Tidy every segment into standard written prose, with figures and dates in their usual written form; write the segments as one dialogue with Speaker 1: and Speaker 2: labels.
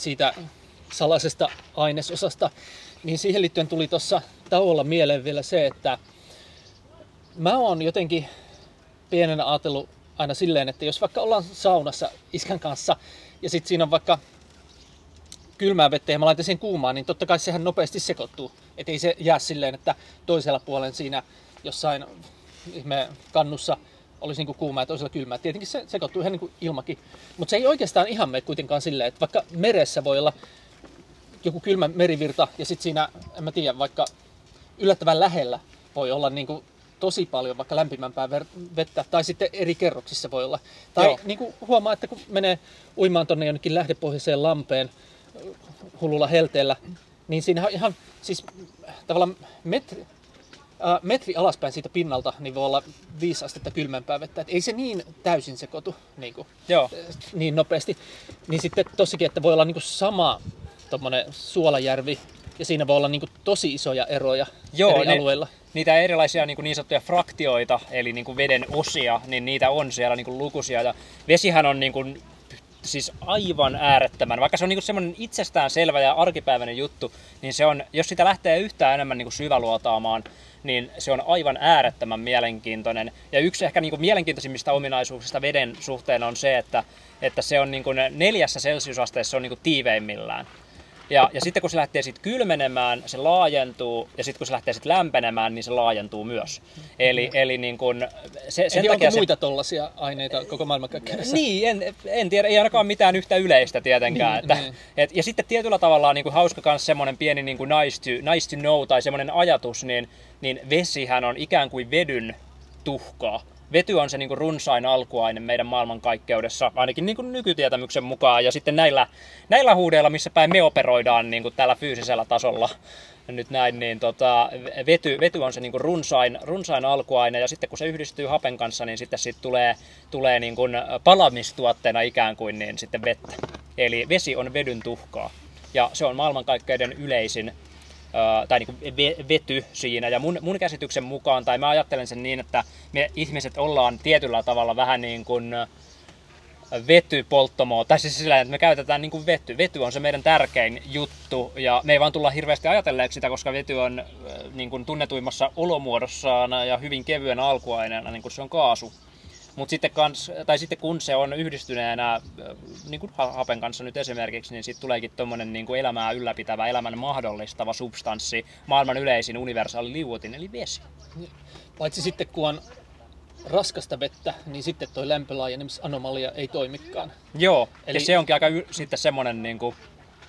Speaker 1: siitä salaisesta ainesosasta, niin siihen liittyen tuli tuossa tauolla mieleen vielä se, että mä oon jotenkin pienenä ajatellut aina silleen, että jos vaikka ollaan saunassa iskän kanssa ja sitten siinä on vaikka kylmää vettä ja mä laitan sen kuumaan, niin totta kai sehän nopeasti sekoittuu. Että ei se jää silleen, että toisella puolen siinä jossain ihme kannussa olisi niinku kuumaa ja toisella kylmää. Tietenkin se sekoittuu ihan niin kuin ilmakin. Mutta se ei oikeastaan ihan mene kuitenkaan silleen, että vaikka meressä voi olla joku kylmä merivirta ja sitten siinä, en mä tiedä, vaikka yllättävän lähellä voi olla niinku tosi paljon vaikka lämpimämpää vettä, tai sitten eri kerroksissa voi olla. Tai niin kuin huomaa, että kun menee uimaan tonne jonnekin lähdepohjaiseen lampeen hullulla helteellä, niin siinä ihan siis tavallaan metri alaspäin siitä pinnalta niin voi olla 5 astetta kylmempää vettä. Et ei se niin täysin sekoitu niin nopeasti. Niin sitten tossakin, että voi olla niin kuin sama tommonen suolajärvi, ja siinä voi olla niin kuin tosi isoja eroja eri alueilla.
Speaker 2: Niitä erilaisia niin sanottuja fraktioita, eli niin kuin veden osia, niin niitä on siellä niin kuin lukuisia. Ja vesihän on niin kuin, siis aivan äärettömän, vaikka se on niin kuin semmoinen itsestäänselvä ja arkipäiväinen juttu, niin se on, jos sitä lähtee yhtään enemmän niin kuin syväluotaamaan, niin se on aivan äärettömän mielenkiintoinen. Ja yksi ehkä niin kuin mielenkiintoisimmista ominaisuuksista veden suhteen on se, että se on niin kuin 4 celsiusasteessa se on niin kuin tiiveimmillään. Ja sitten kun se lähtee sitten kylmenemään, se laajentuu, ja sitten kun se lähtee sitten lämpenemään, niin se laajentuu myös. Eli niin kun
Speaker 1: sen takia onko muita tollaisia aineita koko maailmankaikkeudessa?
Speaker 2: Niin, en tiedä, ei ainakaan mitään yhtä yleistä tietenkään. Ja sitten tietyllä tavalla on niin kuin hauska myös semmoinen pieni niin kuin nice to know tai semmoinen ajatus, niin vesihän on ikään kuin vedyn tuhkaa. Vety on se niin kuin runsain alkuaine meidän maailmankaikkeudessa, ainakin niin kuin nykytietämyksen mukaan. Ja sitten näillä huudeilla, missä päin me operoidaan niin kuin tällä fyysisellä tasolla, nyt näin, niin vety on se niin kuin runsain alkuaine. Ja sitten kun se yhdistyy hapen kanssa, niin sitten siitä tulee niin kuin palamistuotteena ikään kuin niin sitten vettä. Eli vesi on vedyn tuhkaa. Ja se on maailmankaikkeuden yleisin tai niin kuin vety siinä. Ja mun käsityksen mukaan, tai mä ajattelen sen niin, että me ihmiset ollaan tietyllä tavalla vähän niin kuin vetypolttomoa, tai siis sillä, että me käytetään niin kuin vety. Vety on se meidän tärkein juttu, ja me ei vaan tulla hirveästi ajatelleeksi sitä, koska vety on niin kuin tunnetuimmassa olomuodossaan ja hyvin kevyen alkuaineena, niin kuin se on kaasu. Mutta sitten kun se on yhdistyneenä niin kuin hapen kanssa nyt esimerkiksi, niin sitten tuleekin tuommoinen niin kuin elämää ylläpitävä, elämän mahdollistava substanssi, maailman yleisin universaali liuotin, eli vesi.
Speaker 1: Paitsi sitten kun on raskasta vettä, niin sitten toi lämpölaajenemisanomalia ei toimikaan.
Speaker 2: Joo, eli se onkin aika sitten semmoinen, niin kuin,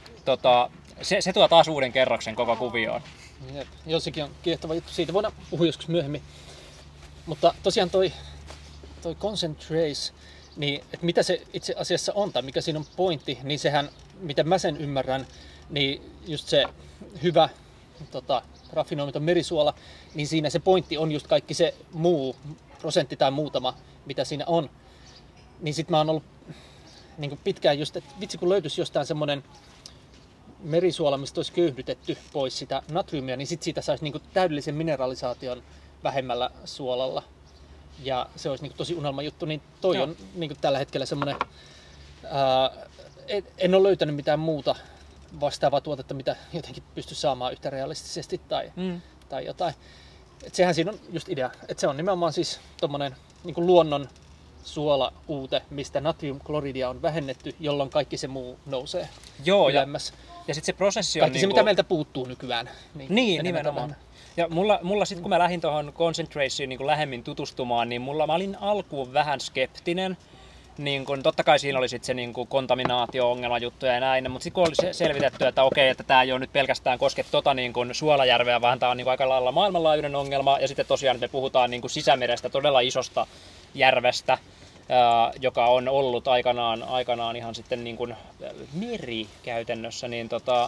Speaker 2: se tuo taas uuden kerroksen koko kuvioon.
Speaker 1: Joo, sekin on kiehtova juttu, siitä voidaan puhua joskus myöhemmin. Mutta tosiaan toi concentrate, niin että mitä se itse asiassa on tai mikä siinä on pointti, niin sehän, miten mä sen ymmärrän, niin just se hyvä raffinoimaton merisuola, niin siinä se pointti on just kaikki se muu prosentti tai muutama, mitä siinä on. Niin sit mä oon ollut niin kuin pitkään just, että vitsi kun löytyisi jostain semmonen merisuola, mistä olisi köyhdytetty pois sitä natriumia, niin sit siitä saisi niin kuin täydellisen mineralisaation vähemmällä suolalla. Ja se olisi niin tosi unelma juttu, niin toi on niin tällä hetkellä semmoinen, en ole löytänyt mitään muuta vastaavaa tuotetta, mitä jotenkin pystyisi saamaan yhtä realistisesti tai jotain. Et sehän siinä on just idea, että se on nimenomaan siis tommonen niin luonnon suolauute, mistä natriumkloridia on vähennetty, jolloin kaikki se muu nousee ylemmäs.
Speaker 2: Ja sitten se prosessi on
Speaker 1: kaikki se, mitä meiltä puuttuu nykyään.
Speaker 2: Niin nimenomaan. Ja mulla sitten kun mä lähdin tuohon concentratioon niin lähemmin tutustumaan, niin mä olin alkuun vähän skeptinen. Niin kun, totta kai siinä oli sitten se niin kontaminaatio-ongelma juttuja ja näin, mutta sitten kun oli selvitetty, että okei, että tämä ei ole nyt pelkästään koske niin suolajärveä, vaan tämä on niin aika lailla maailmanlaajuinen ongelma. Ja sitten tosiaan me puhutaan niin sisämerestä, todella isosta järvestä, joka on ollut aikanaan ihan sitten niin kuin meri käytännössä, niin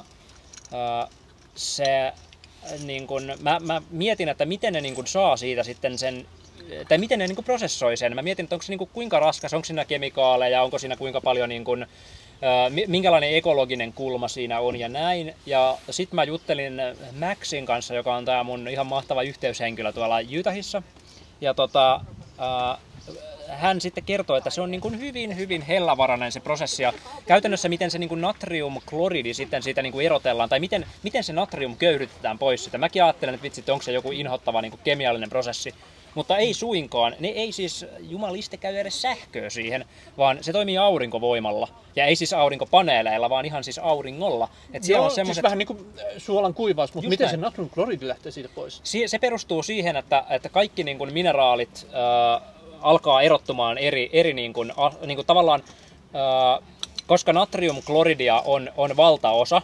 Speaker 2: se niin kun, mä mietin, että miten ne niin kun saa siitä sitten sen, tai miten ne niin kun prosessoi sen. Mä mietin, että onko se niin kun kuinka raskas, onko siinä kemikaaleja, onko siinä kuinka paljon, niin kun, minkälainen ekologinen kulma siinä on ja näin. Ja sitten mä juttelin Maxin kanssa, joka on tää mun ihan mahtava yhteyshenkilö tuolla Utahissa. Ja hän sitten kertoo, että se on niin kuin hyvin, hyvin hellävarainen se prosessi. Ja käytännössä miten se niin kuin natriumkloridi sitten siitä niin kuin erotellaan, tai miten se natrium köyhdytetään pois sitä. Mäkin ajattelen, että vitsi, että onko se joku inhottava niin kuin kemiallinen prosessi. Mutta ei suinkaan. Ne ei siis jumaliste käy edes sähköä siihen, vaan se toimii aurinkovoimalla. Ja ei siis aurinkopaneeleilla, vaan ihan siis auringolla. Et siellä
Speaker 1: Joo,
Speaker 2: on semmoset...
Speaker 1: siis vähän niin kuin suolan kuivaus, mutta miten
Speaker 2: näin.
Speaker 1: se natriumkloridi lähtee siitä pois?
Speaker 2: Se perustuu siihen, että kaikki niin kuin mineraalit alkaa erottumaan eri niin kuin tavallaan, koska natriumkloridia on valtaosa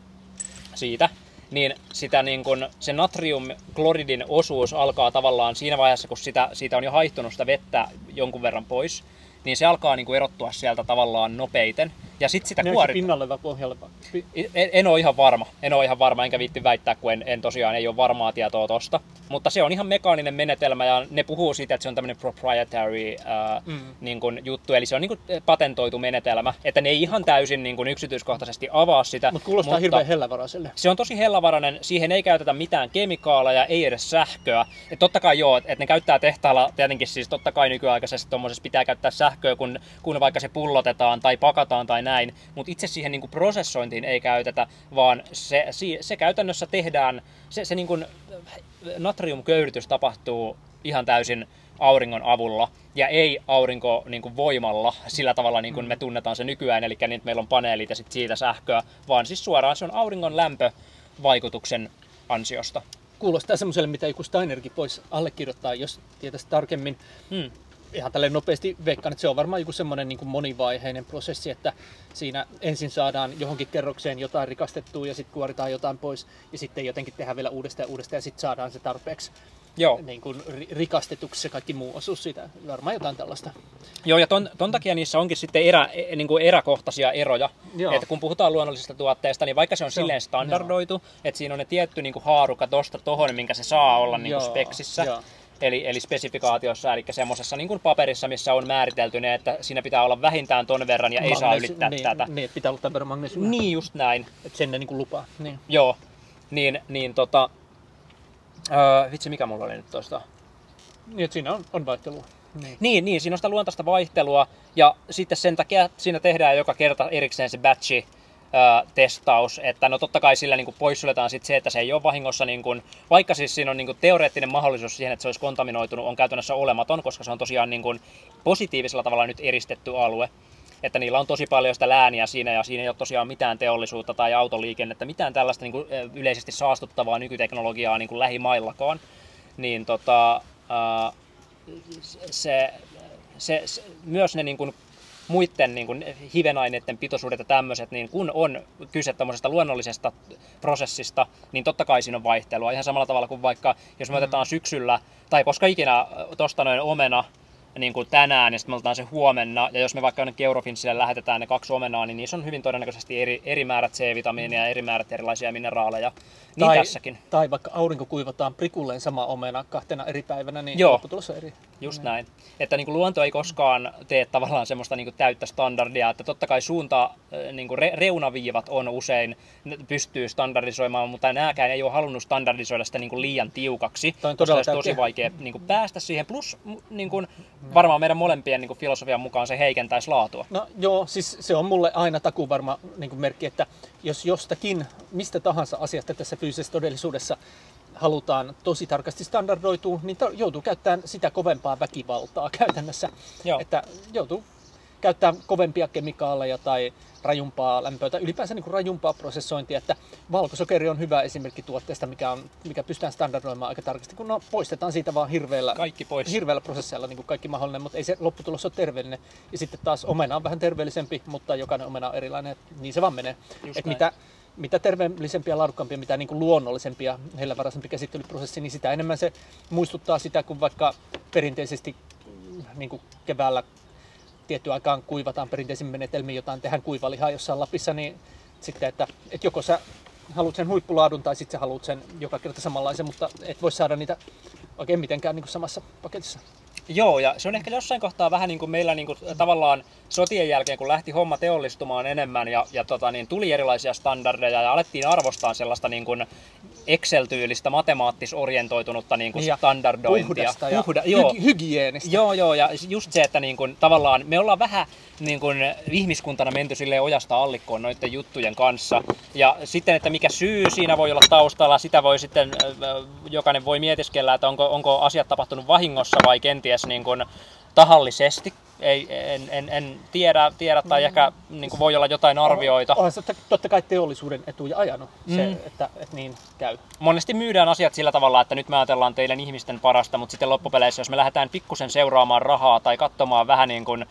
Speaker 2: siitä, niin sitä niin kuin, se natriumkloridin osuus alkaa tavallaan siinä vaiheessa, kun siitä on jo haihtunut sitä vettä jonkun verran pois, niin se alkaa niin kuin erottua sieltä tavallaan nopeiten. Ja sitten sitä kuoritaan.
Speaker 1: Pinnalle vai pohjalle vai?
Speaker 2: En ole ihan varma, enkä viitti väittää, kun en tosiaan ei ole varmaa tietoa tosta. Mutta se on ihan mekaaninen menetelmä ja ne puhuu siitä, että se on tämmöinen proprietary niin kuin juttu, eli se on niin kuin patentoitu menetelmä, että ne ei ihan täysin niin kuin yksityiskohtaisesti avaa sitä.
Speaker 1: Mutta kuulostaa hirveän hellävaraiselle.
Speaker 2: Se on tosi hellävarainen, siihen ei käytetä mitään kemikaaleja, ei edes sähköä. Et totta kai joo, että ne käyttää tehtailla tietenkin siis totta kai nykyaikaisesti tommosessa pitää käyttää sähköä, kun vaikka se pullotetaan tai pakataan tai näin, mutta itse siihen niin kuin prosessointiin ei käytetä, vaan se käytännössä tehdään, se niin kuin natriumköyhdytys tapahtuu ihan täysin auringon avulla ja ei aurinkovoimalla sillä tavalla niin kuin me tunnetaan se nykyään, eli niin, että meillä on paneelit ja sit siitä sähköä, vaan siis suoraan se on auringon lämpövaikutuksen ansiosta.
Speaker 1: Kuulostaa semmoiselle, mitä joku Steinerkin voisi allekirjoittaa, jos tietäisi tarkemmin. Ihan tälleen nopeasti veikkaan, että se on varmaan joku semmoinen niin kuin monivaiheinen prosessi, että siinä ensin saadaan johonkin kerrokseen jotain rikastettua ja sitten kuoritaan jotain pois ja sitten jotenkin tehdään vielä uudestaan ja sitten saadaan se tarpeeksi niin kuin rikastetuksi se kaikki muu osuus siitä. Varmaan jotain tällaista.
Speaker 2: Joo, ja ton takia niissä onkin sitten niin kuin eräkohtaisia eroja. Että kun puhutaan luonnollisista tuotteista, niin vaikka se on silleen standardoitu, että siinä on ne tietty niin kuin haarukka tosta tohon, minkä se saa olla niin kuin speksissä. Eli spesifikaatiossa, eli semmoisessa niin kuin paperissa, missä on määritelty ne, että siinä pitää olla vähintään ton verran ja ei saa ylittää tätä.
Speaker 1: Niin, pitää olla tämän verran magnesiumia.
Speaker 2: Niin, just näin.
Speaker 1: Että sen ne niin kuin lupaa. Niin.
Speaker 2: Joo. Vitsi, mikä mulla oli nyt toista?
Speaker 1: Niin, että siinä on vaihtelua.
Speaker 2: Niin, siinä on sitä luontaista vaihtelua ja sitten sen takia siinä tehdään joka kerta erikseen se batchi testaus, että no totta kai sillä niin kuin poissuljetaan sit se, että se ei ole vahingossa, niin kuin, vaikka siis siinä on niin kuin teoreettinen mahdollisuus siihen, että se olisi kontaminoitunut, on käytännössä olematon, koska se on tosiaan niin kuin positiivisella tavalla nyt eristetty alue. Että niillä on tosi paljon sitä lääniä siinä ja siinä ei ole tosiaan mitään teollisuutta tai autoliikennettä, mitään tällaista niin kuin yleisesti saastuttavaa nykyteknologiaa niin kuin lähimaillakaan. Niin myös ne niin kuin muiden niin kuin hivenaineiden pitoisuudet ja tämmöiset, niin kun on kyse tämmöisestä luonnollisesta prosessista, niin totta kai siinä on vaihtelua. Ihan samalla tavalla kuin vaikka, jos me otetaan syksyllä, tai koska ikinä tosta noin omena niin kuin tänään, ja sitten me otetaan se huomenna, ja jos me vaikka jonnekin Eurofinsille lähetetään ne 2 omenaa, niin niissä on hyvin todennäköisesti eri määrät C-vitamiinia ja eri määrät erilaisia mineraaleja. Niin tässäkin.
Speaker 1: Tai vaikka aurinko kuivataan prikulleen sama omena 2 eri päivänä, niin lopputulos on eri.
Speaker 2: Just näin. Että niin kuin luonto ei koskaan tee tavallaan semmoista niin kuin täyttä standardia, että totta kai niin kuin reunaviivat on usein, pystyy standardisoimaan, mutta nääkään ei ole halunnut standardisoida sitä niin kuin liian tiukaksi, koska olisi tosi vaikea niin kuin päästä siihen. Plus niin kuin, varmaan meidän molempien niin kuin filosofian mukaan se heikentäisi laatua.
Speaker 1: No joo, siis se on mulle aina takuvarma niin kuin merkki, että jos jostakin, mistä tahansa asiasta tässä fyysisessä todellisuudessa halutaan tosi tarkasti standardoitua, niin joutuu käyttämään sitä kovempaa väkivaltaa käytännössä.
Speaker 2: Joo.
Speaker 1: Että joutuu käyttämään kovempia kemikaaleja tai rajumpaa lämpöä tai ylipäänsä niin kuin rajumpaa prosessointia. Että valkosokeri on hyvä esimerkki tuotteesta, mikä pystytään standardoimaan aika tarkasti, kun poistetaan siitä vaan hirveällä prosesseilla niin kuin kaikki mahdollinen, mutta ei se lopputulos ole terveellinen. Ja sitten taas omena on vähän terveellisempi, mutta jokainen omena on erilainen, niin se vaan menee. Mitä terveellisempiä ja laadukkaampia, mitä niin kuin luonnollisempia ja hellävaraisempi käsittelyprosessi, niin sitä enemmän se muistuttaa sitä, kun vaikka perinteisesti niin kuin keväällä tiettyyn aikaan kuivataan perinteisin menetelmiin jotain, tehdään kuivalihaa jossain Lapissa, niin sitten, että joko sä haluat sen huippulaadun tai sitten sä haluat sen joka kerta samanlaisen, mutta et voi saada niitä oikein mitenkään niin kuin samassa paketissa.
Speaker 2: Joo, ja se on ehkä jossain kohtaa vähän niin kuin meillä niin kuin, tavallaan sotien jälkeen, kun lähti homma teollistumaan enemmän ja tuli erilaisia standardeja ja alettiin arvostaa sellaista niin kuin Excel-tyylistä matemaattis-orientoitunutta niin kuin standardointia.
Speaker 1: Puhdasta ja hygienistä.
Speaker 2: Joo, ja just se, että niin kuin, tavallaan me ollaan vähän niin kuin ihmiskuntana menty silleen ojasta allikkoon noiden juttujen kanssa. Ja sitten, että mikä syy siinä voi olla taustalla, sitä voi sitten, jokainen voi mietiskellä, että onko asiat tapahtunut vahingossa vai kenties niin kuin tahallisesti. En tiedä tai ehkä niin kuin voi olla jotain arvioita.
Speaker 1: Onhan se totta kai teollisuuden etuja ajanut, se, että niin käy.
Speaker 2: Monesti myydään asiat sillä tavalla, että nyt me ajatellaan teidän ihmisten parasta, mutta sitten loppupeleissä, jos me lähdetään pikkusen seuraamaan rahaa tai katsomaan vähän niin kuin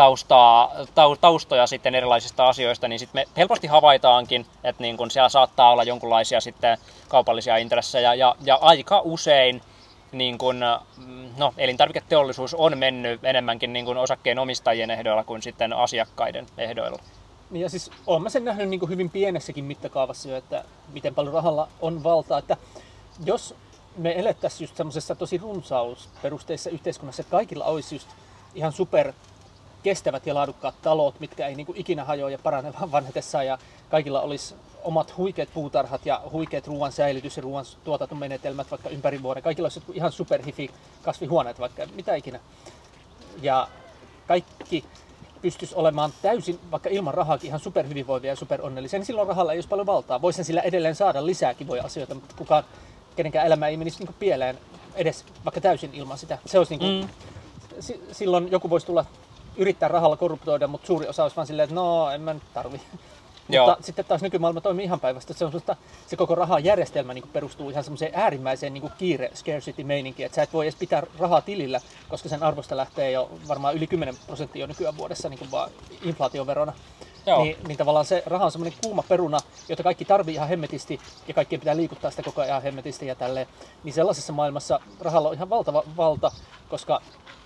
Speaker 2: taustoja sitten erilaisista asioista, niin sitten me helposti havaitaankin, että niin kuin siellä saattaa olla jonkinlaisia sitten kaupallisia intressejä ja aika usein niin kun, elintarviketeollisuus on mennyt enemmänkin niin kun osakkeenomistajien ehdoilla kuin sitten asiakkaiden ehdoilla.
Speaker 1: Ja siis olen mä sen nähnyt niin kuin hyvin pienessäkin mittakaavassa jo, että miten paljon rahalla on valtaa. Että jos me elettäisiin just semmoisessa tosi runsausperusteisessa yhteiskunnassa, että kaikilla olisi just ihan super kestävät ja laadukkaat talot, mitkä ei niin kuin ikinä hajoa ja parane vanhetessaan, ja kaikilla olisi omat huikeat puutarhat ja huikeat ruoan säilytys ja ruoan tuotantomenetelmät vaikka ympäri vuoden. Kaikilla olisi ihan superhifi kasvihuoneet vaikka mitä ikinä. Ja kaikki pystyisi olemaan täysin, vaikka ilman rahaakin, ihan superhyvinvoivia ja superonnellisia, niin silloin rahalla ei olisi paljon valtaa. Voisi sillä edelleen saada lisää kivoja asioita, mutta kenenkään elämä ei menisi niin kuin pieleen edes vaikka täysin ilman sitä. Se olisi niin kuin, silloin joku voisi tulla yrittää rahalla korruptoida, mutta suuri osa olisi vaan silleen, että no en mä nyt tarvi. Mutta sitten taas nykymaailma toimii ihan päivästä. Se koko rahajärjestelmä niin perustuu ihan semmoiseen äärimmäiseen niin kiire scarcity-meininkiin, että sä et voi edes pitää rahaa tilillä, koska sen arvosta lähtee jo varmaan yli 10% jo nykyään vuodessa niin vaan inflaatioverona. Niin tavallaan se raha on semmoinen kuuma peruna, jota kaikki tarvii ihan hemmetisti ja kaikkien pitää liikuttaa sitä koko ajan hemmetisti ja tälleen. Niin sellaisessa maailmassa rahalla on ihan valtava valta, koska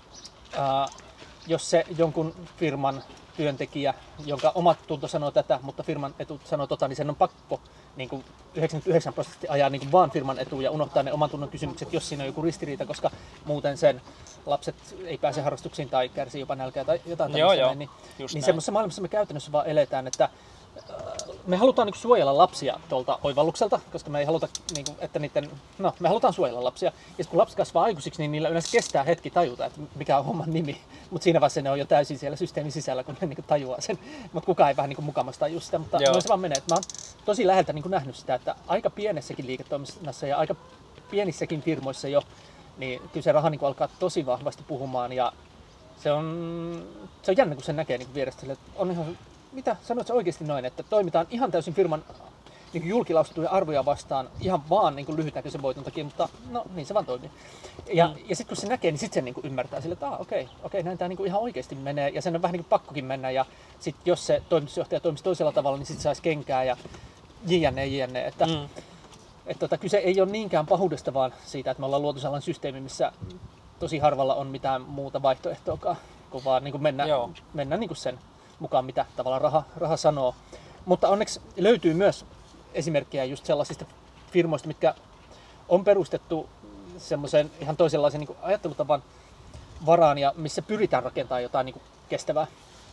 Speaker 1: jos se jonkun firman työntekijä, jonka omat tunto sanoo tätä, mutta firman etu sanoo tota, niin sen on pakko niin kuin 99% ajaa niin kuin vaan firman etuun ja unohtaa ne oman tunnon kysymykset, jos siinä on joku ristiriita, koska muuten sen lapset ei pääse harrastuksiin tai kärsii jopa nälkää tai jotain tämmöistä. Niin semmoisessa maailmassa me käytännössä vaan eletään, että me halutaan niin kuin suojella lapsia tuolta oivallukselta, koska me ei haluta, niin kuin, että me halutaan suojella lapsia. Ja kun lapsi kasvaa aikuisiksi, niin niillä yleensä kestää hetki tajuta, että mikä on homman nimi. Mutta siinä vaiheessa ne on jo täysin siellä systeemin sisällä, kun ne niin kuin tajuaa sen. Mutta kukaan ei vähän niin kuin mukamassa tajua sitä. Mutta se vaan menee. Mä oon tosi läheltä niin kuin nähnyt sitä, että aika pienessäkin liiketoiminnassa ja aika pienissäkin firmoissa jo, niin kyllä se raha niin kuin alkaa tosi vahvasti puhumaan. Ja se on jännä, kun sen näkee niin kuin vierestä. On ihan, mitä sanoit sä oikeasti noin, että toimitaan ihan täysin firman niin julkilausuttuja arvoja vastaan ihan vaan niin lyhytnäköisen voiton takia, mutta no niin se vaan toimii. Ja sitten kun se näkee, niin sitten se niin kuin ymmärtää sille, että okei, näin tämä niin kuin ihan oikeasti menee ja sen on vähän niin kuin pakkokin mennä ja sitten jos se toimitusjohtaja toimisi toisella tavalla, niin sitten saisi kenkää ja jne. Että kyse ei ole niinkään pahuudesta vaan siitä, että me ollaan luotu sellainen systeemi, missä tosi harvalla on mitään muuta vaihtoehtoakaan, kun vaan niin kuin mennä niin kuin sen mukaan, mitä tavallaan raha sanoo. Mutta onneksi löytyy myös esimerkkejä just sellaisista firmoista, mitkä on perustettu semmoisen ihan toisenlaisen niin kuin ajattelutavan varaan ja missä pyritään rakentamaan jotain niin kuin kestävää.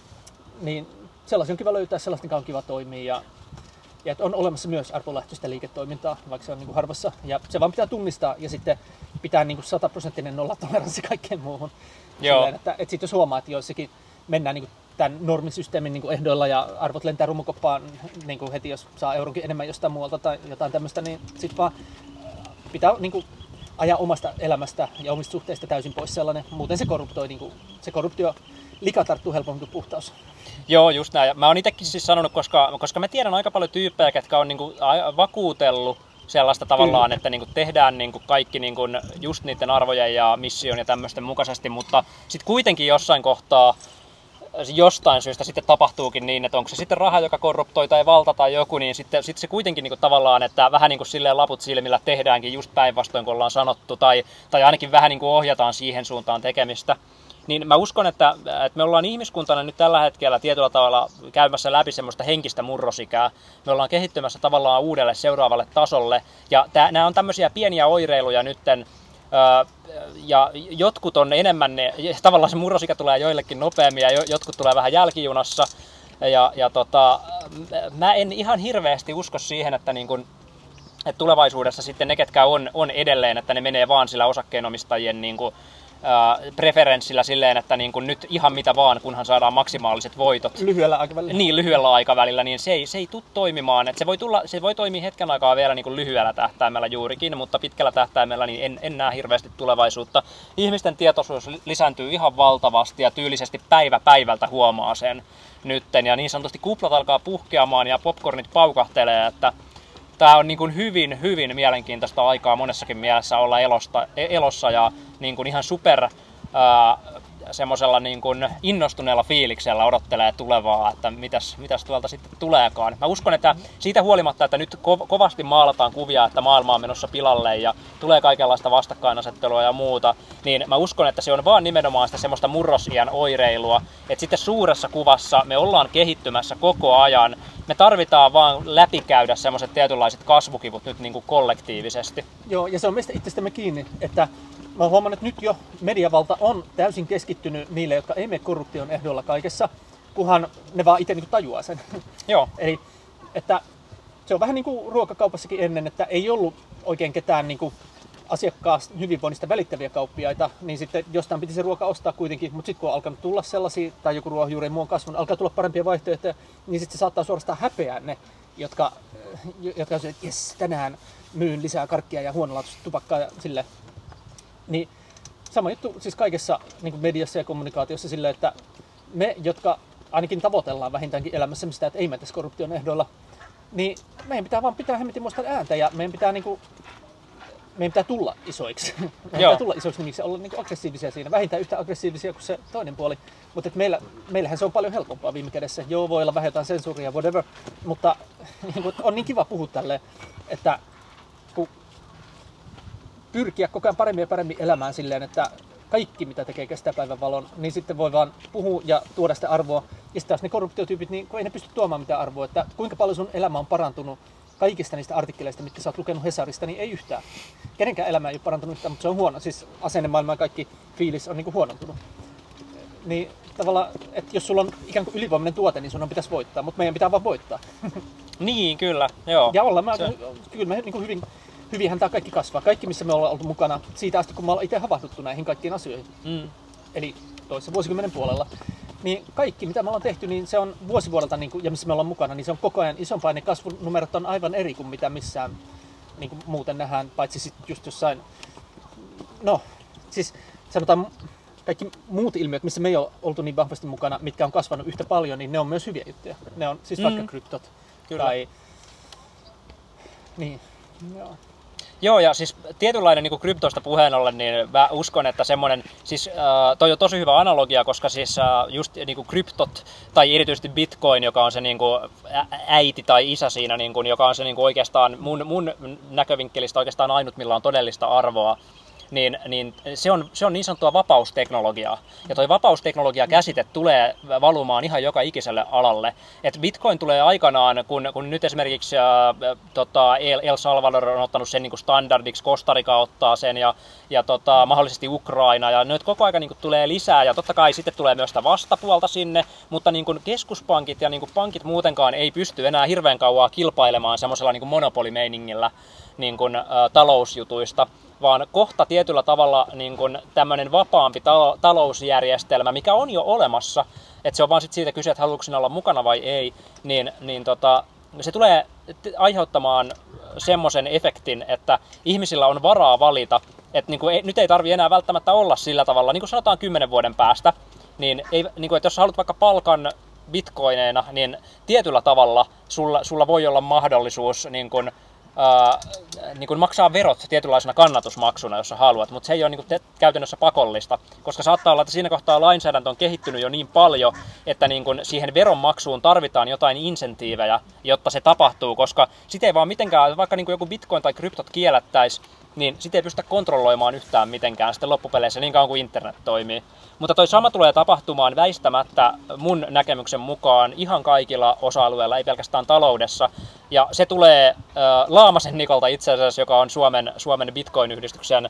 Speaker 1: Niin sellaisia on kiva löytää, sellaisten on kiva toimia ja että on olemassa myös arvolähtöistä liiketoimintaa, vaikka se on niin kuin harvassa. Ja se vaan pitää tunnistaa ja sitten pitää niin kuin 100% nollatoleranssi kaikkeen muuhun. Silleen, että sitten jos huomaa, että joissakin mennään niin kuin tämän normisysteemin niin kuin ehdoilla ja arvot lentää rumukoppaan niin kuin heti, jos saa euronkin enemmän jostain muualta tai jotain tämmöistä, niin sitten vaan pitää niin kuin ajaa omasta elämästä ja omista suhteista täysin pois sellainen. Muuten se korruptoi, niin kuin, se korruptio lika tarttuu helpommin kuin puhtaus.
Speaker 2: Joo, just näin. Mä oon itsekin siis sanonut, koska mä tiedän aika paljon tyyppejä, jotka on niin kuin vakuutellut sellaista tavallaan, että niin kuin tehdään niin kuin kaikki niin kuin just niiden arvojen ja mission ja tämmöisten mukaisesti, mutta sitten kuitenkin jossain kohtaa jostain syystä sitten tapahtuukin niin, että onko se sitten raha, joka korruptoi tai valta tai joku, niin sitten se kuitenkin niin kuin tavallaan, että vähän niin kuin silleen laput silmillä tehdäänkin just päinvastoin, kun ollaan sanottu, tai ainakin vähän niin kuin ohjataan siihen suuntaan tekemistä. Niin mä uskon, että me ollaan ihmiskuntana nyt tällä hetkellä tietyllä tavalla käymässä läpi semmoista henkistä murrosikää. Me ollaan kehittymässä tavallaan uudelle seuraavalle tasolle, ja nämä on tämmöisiä pieniä oireiluja nytten, ja jotkut on enemmän, tavallaan se murrosikä tulee joillekin nopeammin ja jotkut tulee vähän jälkijunassa. Mä en ihan hirveästi usko siihen, että niin kun, että tulevaisuudessa sitten ne, ketkä on edelleen, että ne menee vaan sillä osakkeenomistajien niin kuin, preferenssillä silleen, että niin kuin nyt ihan mitä vaan, kunhan saadaan maksimaaliset voitot.
Speaker 1: Lyhyellä aikavälillä.
Speaker 2: Niin, lyhyellä aikavälillä, niin se ei tule toimimaan. Että se voi toimia hetken aikaa vielä niin kuin lyhyellä tähtäimellä juurikin, mutta pitkällä tähtäimellä niin en näe hirveästi tulevaisuutta. Ihmisten tietoisuus lisääntyy ihan valtavasti ja tyylisesti päivä päivältä huomaa sen nytten. Ja niin sanotusti kuplat alkaa puhkeamaan ja popcornit paukahtelee, että tämä on niin kuin hyvin, hyvin mielenkiintoista aikaa monessakin mielessä olla elossa ja niin kuin ihan super semmoisella niin kuin innostuneella fiiliksellä odottelee tulevaa, että mitäs tuolta sitten tuleekaan. Mä uskon, että siitä huolimatta, että nyt kovasti maalataan kuvia, että maailma on menossa pilalle ja tulee kaikenlaista vastakkainasettelua ja muuta, niin mä uskon, että se on vaan nimenomaan sitä semmoista murrosiän oireilua, että sitten suuressa kuvassa me ollaan kehittymässä koko ajan. Me tarvitaan vaan läpikäydä semmoiset tietynlaiset kasvukivut nyt niin kuin kollektiivisesti.
Speaker 1: Joo, ja se on meistä itsestämme kiinni, että mä oon huomannut, että nyt jo mediavalta on täysin keskittynyt niille, jotka ei mene korruption ehdolla kaikessa, kunhan ne vaan itse niin tajuaa sen.
Speaker 2: Joo.
Speaker 1: Eli että se on vähän niin kuin ruokakaupassakin ennen, että ei ollut oikein ketään niin kuin asiakkaan hyvinvoinnista välittäviä kauppiaita, niin sitten jostain piti se ruoka ostaa kuitenkin, mutta sitten kun on alkanut tulla sellaisia, tai joku ruohonjuuri muu on kasvanut, alkaa tulla parempia vaihtoehtoja, niin sitten se saattaa suorastaan häpeää ne, jotka on se, että jes, tänään myyn lisää karkkia ja huonolaatuista tupakkaa ja silleen. Niin sama juttu siis kaikessa niin kuin mediassa ja kommunikaatiossa silleen, että me, jotka ainakin tavoitellaan vähintäänkin elämässä sitä, että ei mentäisi korruption ehdoilla, niin meidän pitää vaan pitää hemmetin muista ääntä ja meidän pitää tulla isoiksi. Meidän pitää tulla isoiksi nimiksi ja olla niin kuin aggressiivisia siinä, vähintään yhtä aggressiivisia kuin se toinen puoli. Mutta meillähän se on paljon helpompaa viime kädessä. Joo, voi olla vähän jotain sensuuria, whatever, mutta niin kuin, on niin kiva puhua tälleen, että kun pyrkiä koko ajan paremmin ja paremmin elämään silleen, että kaikki mitä tekee kestää päivän valon, niin sitten voi vaan puhua ja tuoda sitä arvoa. Ja sitten taas ne korruptiotyypit, niin ei ne pysty tuomaan mitään arvoa, että kuinka paljon sun elämä on parantunut kaikista niistä artikkeleista, mitkä sä oot lukenut Hesarista, niin ei yhtään. Kenenkään elämä ei ole parantunut yhtään, mutta se on huono. Siis asennemaailma ja kaikki fiilis on niin kuin huonontunut. Niin tavallaan, että jos sulla on ikään kuin ylivoimainen tuote, niin sun pitäisi voittaa, mutta meidän pitää vaan voittaa.
Speaker 2: Niin, kyllä, joo.
Speaker 1: Ja kyllä me niin kuin hyvinhän tämä kaikki kasvaa. Kaikki, missä me ollaan oltu mukana siitä asti, kun me ollaan itse havahduttu näihin kaikkiin asioihin. Eli toisessa vuosikymmenen puolella. Niin kaikki, mitä me ollaan tehty, niin se on vuosivuodelta, niin kuin, ja missä me ollaan mukana, niin se on koko ajan isompaa. Ne kasvunumerot on aivan eri kuin mitä missään niin kuin muuten nähdään, paitsi sitten just jossain, no siis sanotaan kaikki muut ilmiöt, missä me ei ole oltu niin vahvasti mukana, mitkä on kasvanut yhtä paljon, niin ne on myös hyviä juttuja. Ne on siis vaikka kryptot.
Speaker 2: Kyllä.
Speaker 1: Tai niin, joo.
Speaker 2: Joo, ja siis tietynlainen niin kuin kryptoista puheen ollen, niin mä uskon, että semmoinen, siis toi on tosi hyvä analogia, koska siis just niin kuin kryptot, tai erityisesti Bitcoin, joka on se niin kuin äiti tai isä siinä, niin kuin, joka on se niin kuin oikeastaan mun näkövinkkelistä oikeastaan ainut, millä on todellista arvoa, niin se on niin sanottua vapausteknologiaa. Ja toi vapausteknologia-käsite tulee valumaan ihan joka ikiselle alalle. Et Bitcoin tulee aikanaan, kun nyt esimerkiksi El Salvador on ottanut sen niin kuin standardiksi, Costa Rica ottaa sen ja mahdollisesti Ukraina. Ja nyt koko ajan niin kuin tulee lisää ja totta kai sitten tulee myös sitä vastapuolta sinne, mutta niin kuin keskuspankit ja niin kuin pankit muutenkaan ei pysty enää hirveän kauaa kilpailemaan semmoisella niin kuin monopolimeiningillä niin kuin talousjutuista, vaan kohta tietyllä tavalla niin kuin tämmöinen vapaampi talousjärjestelmä, mikä on jo olemassa, että se on vaan sit siitä kyse, että haluatko sinä olla mukana vai ei, niin se tulee aiheuttamaan semmoisen efektin, että ihmisillä on varaa valita, että niin kuin nyt ei tarvitse enää välttämättä olla sillä tavalla, niin kuin sanotaan 10 vuoden päästä, niin että jos haluat vaikka palkan bitcoineina, niin tietyllä tavalla sulla voi olla mahdollisuus niin kuin maksaa verot tietynlaisena kannatusmaksuna, jos sä haluat, mutta se ei ole niin kuin käytännössä pakollista, koska saattaa olla, että siinä kohtaa lainsäädäntö on kehittynyt jo niin paljon, että niin kuin siihen veronmaksuun tarvitaan jotain insentiivejä, jotta se tapahtuu, koska sitä ei vaan mitenkään, vaikka niin kuin joku bitcoin tai kryptot kiellettäisiin, niin sitä ei pystytä kontrolloimaan yhtään mitenkään sitten loppupeleissä niin kauan kuin internet toimii. Mutta toi sama tulee tapahtumaan väistämättä mun näkemyksen mukaan ihan kaikilla osa-alueilla, ei pelkästään taloudessa. Ja se tulee Laamasen Nikolta itse asiassa, joka on Suomen Bitcoin-yhdistyksen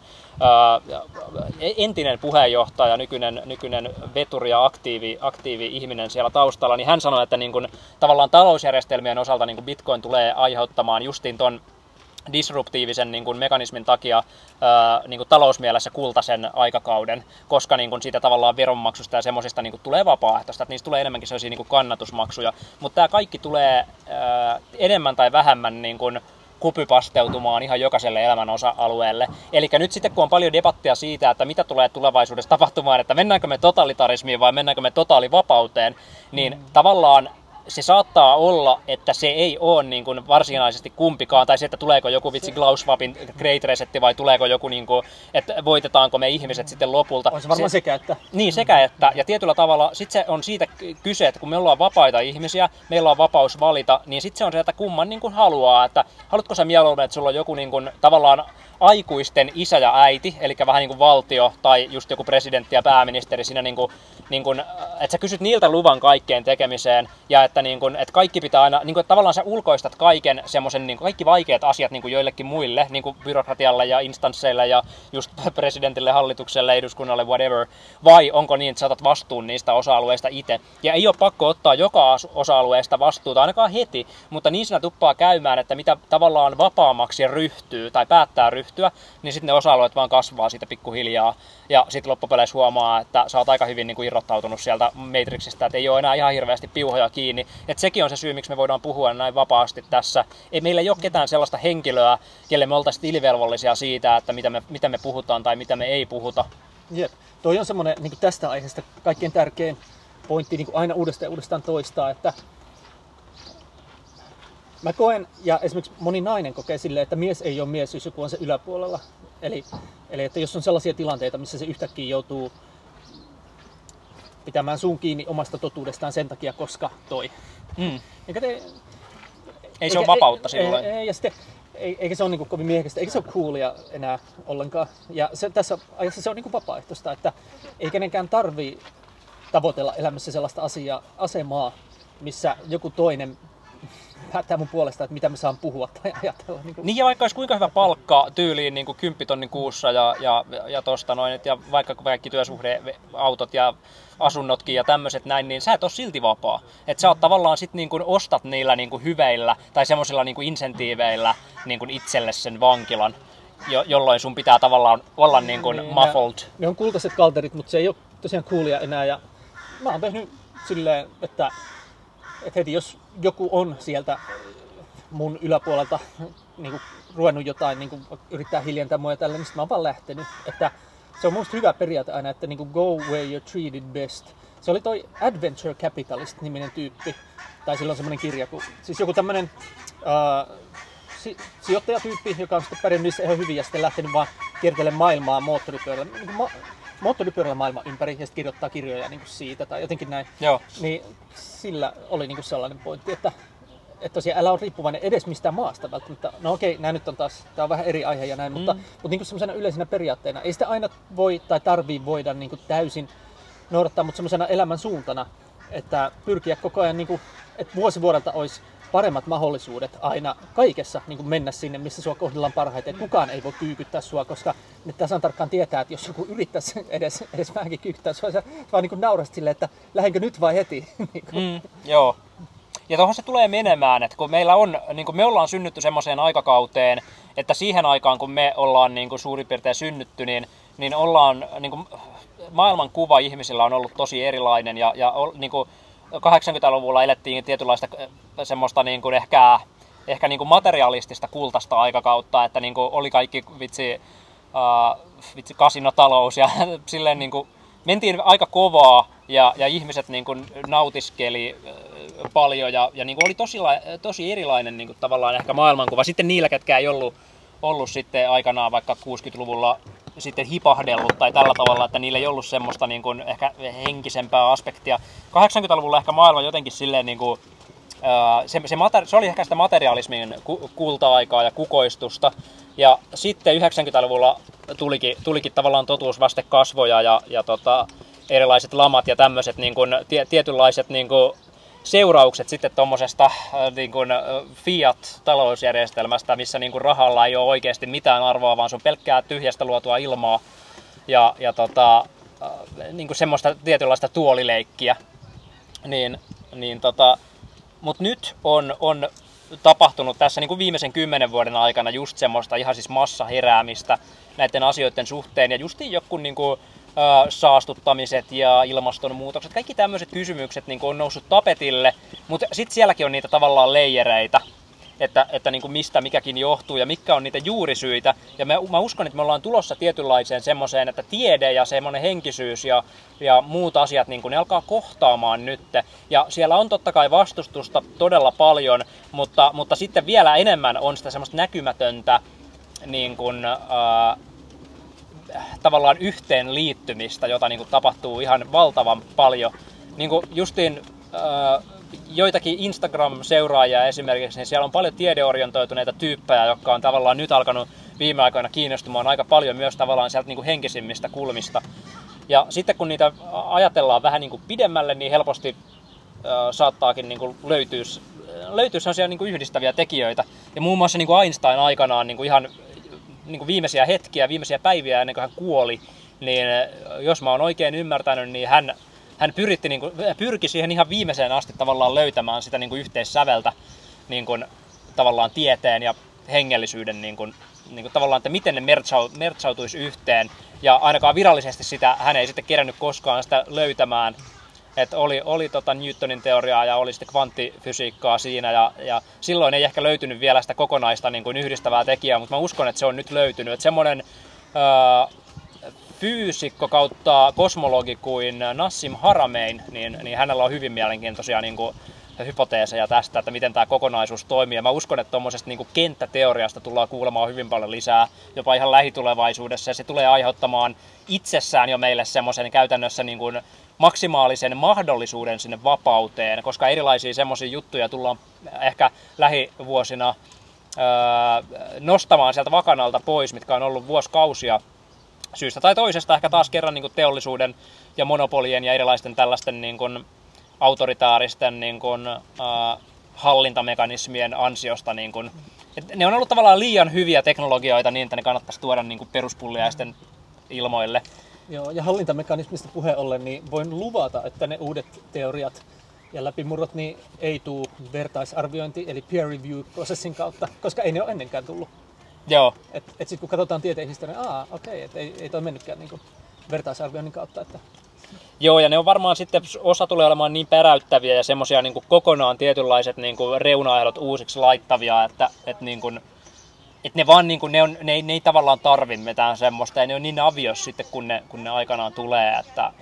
Speaker 2: entinen puheenjohtaja, nykyinen veturi ja aktiivi ihminen siellä taustalla, niin hän sanoi, että niin kun, tavallaan talousjärjestelmien osalta niin kun Bitcoin tulee aiheuttamaan justiin ton disruptiivisen niin kuin mekanismin takia niin kuin talousmielessä kultaisen aikakauden, koska niin kuin siitä tavallaan veronmaksusta ja semmoisista niin kuin tulee vapaaehtoista, että niistä tulee enemmänkin sellaisia niin kuin kannatusmaksuja, mutta tämä kaikki tulee enemmän tai vähemmän niin kuin kupypasteutumaan ihan jokaiselle elämän osa-alueelle. Eli nyt sitten kun on paljon debattia siitä, että mitä tulee tulevaisuudessa tapahtumaan, että mennäänkö me totalitarismiin vai mennäänkö me totaalivapauteen, niin tavallaan se saattaa olla, että se ei ole niin kuin varsinaisesti kumpikaan, tai se, että tuleeko joku vitsi Klaus Schwabin Great Resetti, vai tuleeko joku, niin kuin, että voitetaanko me ihmiset sitten lopulta.
Speaker 1: On se varmaan sekä että.
Speaker 2: Niin, sekä että. Ja tietyllä tavalla sitten se on siitä kyse, että kun me ollaan vapaita ihmisiä, meillä on vapaus valita, niin sitten se on se, että kumman niin kuin haluaa. Että haluatko sä mieluummin, että sulla on joku niin kuin, tavallaan aikuisten isä ja äiti, eli vähän niin kuin valtio tai just joku presidentti ja pääministeri siinä, niin kuin, että sä kysyt niiltä luvan kaikkeen tekemiseen ja että, niin kuin, että kaikki pitää aina, niin kuin, että tavallaan sä ulkoistat kaiken semmoisen, niin kuin kaikki vaikeat asiat niin kuin joillekin muille, niin kuin byrokratialle ja instansseille ja just presidentille, hallitukselle, eduskunnalle, whatever, vai onko niin, että sä otat vastuun niistä osa-alueista itse. Ja ei ole pakko ottaa joka osa-alueesta vastuuta, ainakaan heti, mutta niin siinä tuppaa käymään, että mitä tavallaan vapaammaksi ryhtyy tai päättää ryhtyä, niin sitten ne osa-alueet vaan kasvaa siitä pikkuhiljaa. Ja sitten loppupeleissä huomaa, että sä oot aika hyvin niin kuin irrottautunut sieltä Matrixista, että ei ole enää ihan hirveästi piuhoja kiinni. Että sekin on se syy, miksi me voidaan puhua näin vapaasti tässä. Meillä ei ole ketään sellaista henkilöä, kelle me oltaisiin tilivelvollisia siitä, että mitä me puhutaan tai mitä me ei puhuta.
Speaker 1: Jep. Toi on semmoinen niin tästä aiheesta kaikkein tärkein pointti niin aina uudestaan ja uudestaan toistaa, että mä koen, ja esimerkiksi moni nainen kokee silleen, että mies ei ole mies, jos joku on se yläpuolella. Eli että jos on sellaisia tilanteita, missä se yhtäkkiä joutuu pitämään suun kiinni omasta totuudestaan sen takia, koska toi.
Speaker 2: Ei se ole vapautta silloin.
Speaker 1: Ja sitten, eikä se ole niin kuin kovin miehekästä, eikä se ole coolia enää ollenkaan. Ja tässä ajassa se on niin kuin vapaaehtoista, että ei kenenkään tarvii tavoitella elämässä sellaista asemaa, missä joku toinen päättää mun puolesta, että mitä mä saan puhua tai ajatella.
Speaker 2: Niin ja vaikka olisi kuinka hyvä palkka tyyliin niin kuin 10 000 kuussa ja tosta noin, ja vaikka kaikki työsuhdeautot ja asunnotkin ja tämmöiset näin, niin sä et ole silti vapaa. Että sä oot tavallaan sit niin kuin ostat niillä niin kuin hyveillä tai semmoisilla niin kuin insentiiveillä niin kuin itselle sen vankilan, jolloin sun pitää tavallaan olla niin kuin muffled.
Speaker 1: Ne on kultaiset kalterit, mutta se ei ole tosiaan coolia enää. Ja mä oon tehnyt silleen, että heti jos joku on sieltä mun yläpuolelta niin kuin ruvennut jotain, niin kuin yrittää hiljentää mua ja tällä, niin mä oon vaan lähtenyt. Että se on mun hyvä periaate aina, että niin kuin go where you're treated best. Se oli toi Adventure Capitalist-niminen tyyppi, tai silloin semmoinen kirja, siis joku tämmönen sijoittajatyyppi, joka on sitten pärjännyt niissä ihan hyvin ja sitten lähtenyt vaan kiertelemään maailmaa moottoripyörällä. Moottoripyörällä maailman ympäri ja sitten kirjoittaa kirjoja niin kuin siitä tai jotenkin näin.
Speaker 2: Joo.
Speaker 1: Niin sillä oli niin kuin sellainen pointti, että tosiaan älä ole riippuvainen edes mistään maasta välttämättä. No okei, nämä nyt on taas, tämä on vähän eri aihe ja näin, mutta niin kuin semmoisena yleisenä periaatteena. Ei sitä aina voi tai tarvii voida niin kuin täysin noudattaa, mutta semmoisena elämän suuntana, että pyrkiä koko ajan, niin kuin, että vuosi vuodelta olisi paremmat mahdollisuudet aina kaikessa niin kuin mennä sinne, missä sua kohdellaan parhaiten. Että kukaan ei voi kyykyttää sua, koska ne tasan tarkkaan tietää, että jos joku yrittäisi edes vähänkin kyykyttää sua, sä vaan niin naurasit silleen, että lähdenkö nyt vai heti.
Speaker 2: Joo. Ja tuohon se tulee menemään, että kun meillä on, niin kuin me ollaan synnytty semmoiseen aikakauteen, että siihen aikaan kun me ollaan niin kuin suurin piirtein synnytty, niin ollaan, niin kuin maailman kuva ihmisillä on ollut tosi erilainen ja niin kuin 80-luvulla elettiin tietynlaista semmoista niin kuin ehkä niin kuin materialistista kultaista aikakautta, että niin kuin oli kaikki vitsi kasinotalous ja silleen niin kuin mentiin aika kovaa ja ihmiset niin kuin nautiskeli paljon ja niin kuin oli tosi erilainen niin kuin tavallaan ehkä maailmankuva. Sitten niillä, ketkä ei ollut sitten aikanaan vaikka 60-luvulla sitten hipahdellut tai tällä tavalla, että niillä ei ollut semmoista niin kuin ehkä henkisempää aspektia. 80-luvulla ehkä maailma jotenkin silleen niin kuin, se oli ehkä sitä materialismin kulta-aikaa ja kukoistusta. Ja sitten 90-luvulla tulikin tavallaan totuus vasten kasvoja ja erilaiset lamat ja tämmöiset niin kuin, tietynlaiset niin kuin, seuraukset sitten tuommoisesta niin kuin fiat-talousjärjestelmästä, missä niin kuin rahalla ei ole oikeasti mitään arvoa, vaan se on pelkkää tyhjästä luotua ilmaa ja niin kuin semmoista tietynlaista tuolileikkiä. Mutta nyt on tapahtunut tässä niin kuin viimeisen 10 vuoden aikana just semmoista ihan siis massaheräämistä näiden asioiden suhteen. Ja justiin joku niin kuin, saastuttamiset ja ilmastonmuutokset, kaikki tämmöiset kysymykset niin kuin on noussut tapetille, mutta sitten sielläkin on niitä tavallaan leijereitä, että niin kuin mistä mikäkin johtuu ja mitkä on niitä juurisyitä. Ja mä uskon, että me ollaan tulossa tietynlaiseen semmoiseen, että tiede ja semmoinen henkisyys ja muut asiat, niin kuin ne alkaa kohtaamaan nyt. Ja siellä on totta kai vastustusta todella paljon, mutta sitten vielä enemmän on sitä semmoista näkymätöntä niin kuin, tavallaan yhteenliittymistä, jota niin kuin tapahtuu ihan valtavan paljon. Niin kuin justiin joitakin Instagram-seuraajia esimerkiksi, niin siellä on paljon tiedeorientoituneita tyyppejä, jotka on tavallaan nyt alkanut viime aikoina kiinnostumaan aika paljon myös tavallaan sieltä niin kuin henkisimmistä kulmista. Ja sitten kun niitä ajatellaan vähän niin kuin pidemmälle, niin helposti saattaakin niin kuin löytyy sellaisia niin kuin yhdistäviä tekijöitä. Ja muun muassa niin kuin Einstein aikanaan niin kuin ihan niin kuin viimeisiä hetkiä, viimeisiä päiviä ennen kuin hän kuoli, niin jos mä oon oikein ymmärtänyt, niin hän pyrki siihen ihan viimeiseen asti tavallaan löytämään sitä niin kuin yhteissäveltä niin kuin, tavallaan tieteen ja hengellisyyden niin kuin, tavallaan, että miten ne mertsautuisi yhteen. Ja ainakaan virallisesti sitä hän ei sitten kerännyt koskaan sitä löytämään. Että oli Newtonin teoriaa ja oli sitten kvanttifysiikkaa siinä ja silloin ei ehkä löytynyt vielä sitä kokonaista niin kuin yhdistävää tekijää, mutta mä uskon, että se on nyt löytynyt. Että semmoinen fyysikko kautta kosmologi kuin Nassim Haramein, niin hänellä on hyvin mielenkiintoisia niin kuin hypoteeseja tästä, että miten tämä kokonaisuus toimii. Ja mä uskon, että tuommoisesta niin kuin kenttäteoriasta tullaan kuulemaan hyvin paljon lisää, jopa ihan lähitulevaisuudessa. Ja se tulee aiheuttamaan itsessään jo meille semmoisen käytännössä niin kuin maksimaalisen mahdollisuuden sinne vapauteen, koska erilaisia semmoisia juttuja tullaan ehkä lähivuosina nostamaan sieltä vakanalta pois, mitkä on ollut vuosikausia syystä tai toisesta, ehkä taas kerran niin kuin teollisuuden ja monopolien ja erilaisten tällaisten niin kuin autoritaaristen niin kuin, hallintamekanismien ansiosta. Niin kuin, ne on ollut tavallaan liian hyviä teknologioita niin, että ne kannattaisi tuoda niin kuin peruspulliaisten ilmoille.
Speaker 1: Joo, ja hallintamekanismista puheen ollen, niin voin luvata, että ne uudet teoriat ja läpimurrot niin ei tule vertaisarviointi eli peer review-prosessin kautta, koska ei ne ole ennenkään tullut.
Speaker 2: Joo.
Speaker 1: Et sitten kun katsotaan tieteen historiaa, ei toi mennytkään niin kuin vertaisarvioinnin kautta. Että...
Speaker 2: Joo, ja ne on varmaan sitten, osa tulee olemaan niin päräyttäviä ja semmoisia niin kuin kokonaan tietynlaiset niin kuin reunaehdot uusiksi laittavia, että niin kuin, että ne vaan niin kuin, ne ei tavallaan tarvi mitään semmoista, ja ne on niin avios sitten, kun ne aikanaan tulee,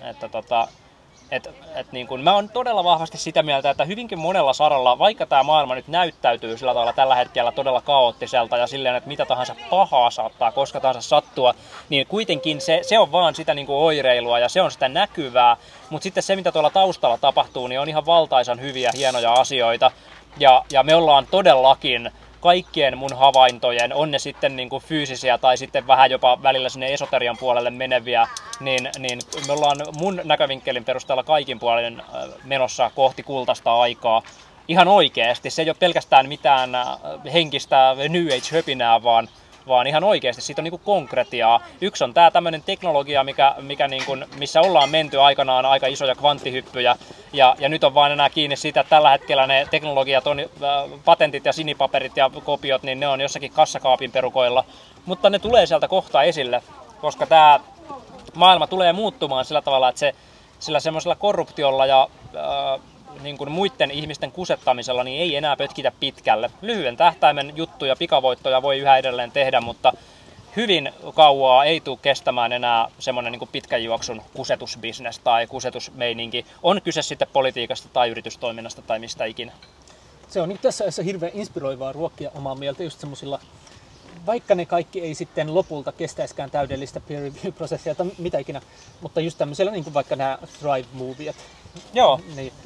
Speaker 2: että niin kuin, mä oon todella vahvasti sitä mieltä, että hyvinkin monella saralla, vaikka tämä maailma nyt näyttäytyy sillä tavalla tällä hetkellä todella kaoottiselta ja silleen, että mitä tahansa pahaa saattaa koska tahansa sattua, niin kuitenkin se on vaan sitä niin kuin oireilua ja se on sitä näkyvää, mutta sitten se, mitä tuolla taustalla tapahtuu, niin on ihan valtaisan hyviä, hienoja asioita, ja me ollaan todellakin kaikkien mun havaintojen, on ne sitten niin kuin fyysisiä tai sitten vähän jopa välillä sinne esoterian puolelle meneviä, niin me ollaan mun näkövinkkelin perusteella kaikin puolin menossa kohti kultaista aikaa. Ihan oikeasti. Se ei ole pelkästään mitään henkistä New Age-höpinää, vaan ihan oikeasti siitä on niin kuin konkretiaa. Yksi on tämä tämmöinen teknologia, mikä niin kuin, missä ollaan menty aikanaan aika isoja kvanttihyppyjä, ja nyt on vaan enää kiinni siitä, että tällä hetkellä ne teknologiat on, patentit ja sinipaperit ja kopiot, niin ne on jossakin kassakaapin perukoilla, mutta ne tulee sieltä kohta esille, koska tämä maailma tulee muuttumaan sillä tavalla, että sillä semmoisella korruptiolla ja niin kuin muiden ihmisten kusettamisella niin ei enää pötkitä pitkälle. Lyhyen tähtäimen juttuja, pikavoittoja voi yhä edelleen tehdä, mutta hyvin kauaa ei tule kestämään enää semmoinen niin kuin pitkän juoksun kusetusbisnes tai kusetusmeininki. On kyse sitten politiikasta tai yritystoiminnasta tai mistä ikinä.
Speaker 1: Se on tässä ajassa hirveän inspiroivaa ruokkia omaa mieltä just semmoisilla, vaikka ne kaikki ei sitten lopulta kestäiskään täydellistä peer review-prosessia tai mitä ikinä, mutta just tämmöisellä niin kuin vaikka nämä Thrive-moviet.
Speaker 2: Joo.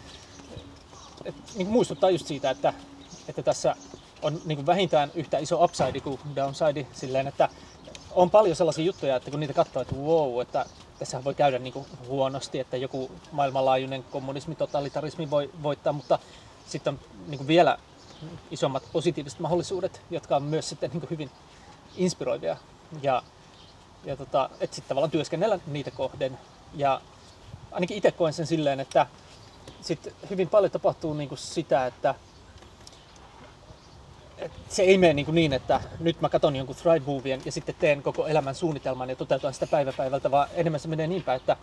Speaker 1: Niin muistuttaa just siitä, että tässä on niin kuin vähintään yhtä iso upside kuin downside silleen, että on paljon sellaisia juttuja, että kun niitä katsoo, että wow, että tässä voi käydä niin kuin huonosti, että joku maailmanlaajuinen kommunismi, totalitarismi voi voittaa, mutta sitten on niin kuin vielä isommat positiiviset mahdollisuudet, jotka on myös sitten niin kuin hyvin inspiroivia ja että sitten tavallaan työskennellä niitä kohden. Ja ainakin itse koen sen silleen, että sitten hyvin paljon tapahtuu niin kuin sitä, että, että, tavallaan työskennellä niitä kohden. Ja ainakin itse koen sen silleen, että, sitten hyvin paljon tapahtuu niin kuin sitä, että, että, tavallaan työskennellä niitä kohden. Ja ainakin itse koen sen silleen, että, sitten hyvin paljon tapahtuu niin kuin sitä, että, että, tavallaan työskennellä niitä kohden. Ja ainakin itse koen sen silleen, että se ei mene niin, että nyt mä katson jonkun Thrive-movien ja sitten teen koko elämän suunnitelman ja toteutan sitä päivä päivältä, vaan enemmän se menee niin päin, että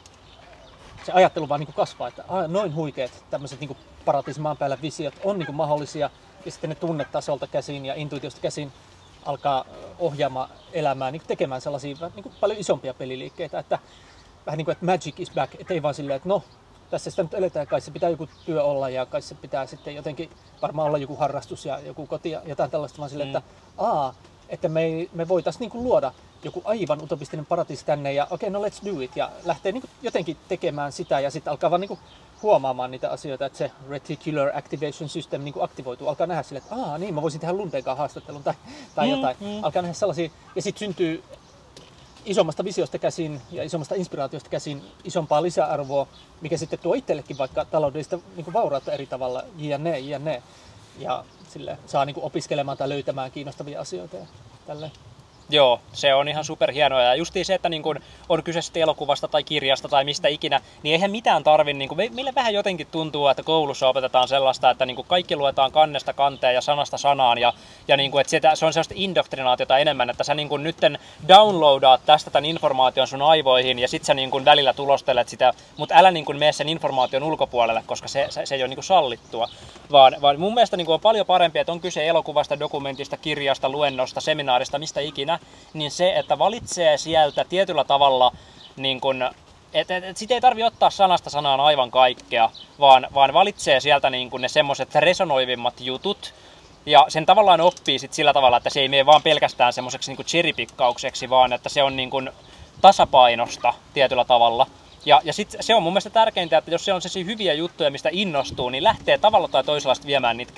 Speaker 1: se ajattelu vaan niin kasvaa, että noin huikeat tämmöiset niin paratiisin maan päällä visiot on niin mahdollisia ja sitten ne tunnetasolta käsin ja intuitiosta käsin alkaa ohjaamaan elämää, niin tekemään sellaisia niin paljon isompia peliliikkeitä, että vähän niin kuin, että magic is back, ettei vaan silleen, että no, tässä sitä nyt eletään, kai se pitää joku työ olla ja kai se pitää sitten jotenkin varmaan olla joku harrastus ja joku koti ja jotain tällaista, vaan silleen, että me voitaisiin niin kuin luoda joku aivan utopistinen paratiisi tänne ja okei, no let's do it ja lähtee niin kuin jotenkin tekemään sitä ja sitten alkaa vaan niin kuin huomaamaan niitä asioita, että se reticular activation system niin kuin aktivoituu, alkaa nähdä silleen, että niin mä voisin tehdä Lundeen kanssa haastattelun tai jotain, alkaa nähdä sellaisia ja sitten syntyy isommasta visiosta käsin ja isommasta inspiraatiosta käsin isompaa lisäarvoa, mikä sitten tuo itsellekin vaikka taloudellista niin kuin vaurautta eri tavalla, jne. Ja sille saa niin kuin opiskelemaan tai löytämään kiinnostavia asioita ja tälleen.
Speaker 2: Joo, se on ihan superhienoa. Ja justiin se, että niin kun on kyse sitten elokuvasta tai kirjasta tai mistä ikinä, niin eihän mitään tarvi. Niin meille vähän jotenkin tuntuu, että koulussa opetetaan sellaista, että niin kun kaikki luetaan kannesta kanteen ja sanasta sanaan. Ja niin kun, että se on sellaista indoktrinaatiota enemmän, että sä niin kun nytten downloadaat tästä tämän informaation sun aivoihin ja sit sä niin kun välillä tulostelet sitä, mutta älä niin kun mene sen informaation ulkopuolelle, koska se ei ole niin kun sallittua. Vaan mun mielestä niin kun on paljon parempi, että on kyse elokuvasta, dokumentista, kirjasta, luennosta, seminaarista, mistä ikinä, niin se, että valitsee sieltä tietyllä tavalla, niin kun, että sitä ei tarvitse ottaa sanasta sanaan aivan kaikkea, vaan valitsee sieltä niin kun ne semmoiset resonoivimmat jutut, ja sen tavallaan oppii sit sillä tavalla, että se ei mene vaan pelkästään semmoiseksi niin cherrypikkaukseksi, vaan että se on niin kun tasapainosta tietyllä tavalla. Ja sitten se on mun mielestä tärkeintä, että jos se on sellaisia hyviä juttuja, mistä innostuu, niin lähtee tavalla tai toisella viemään niitä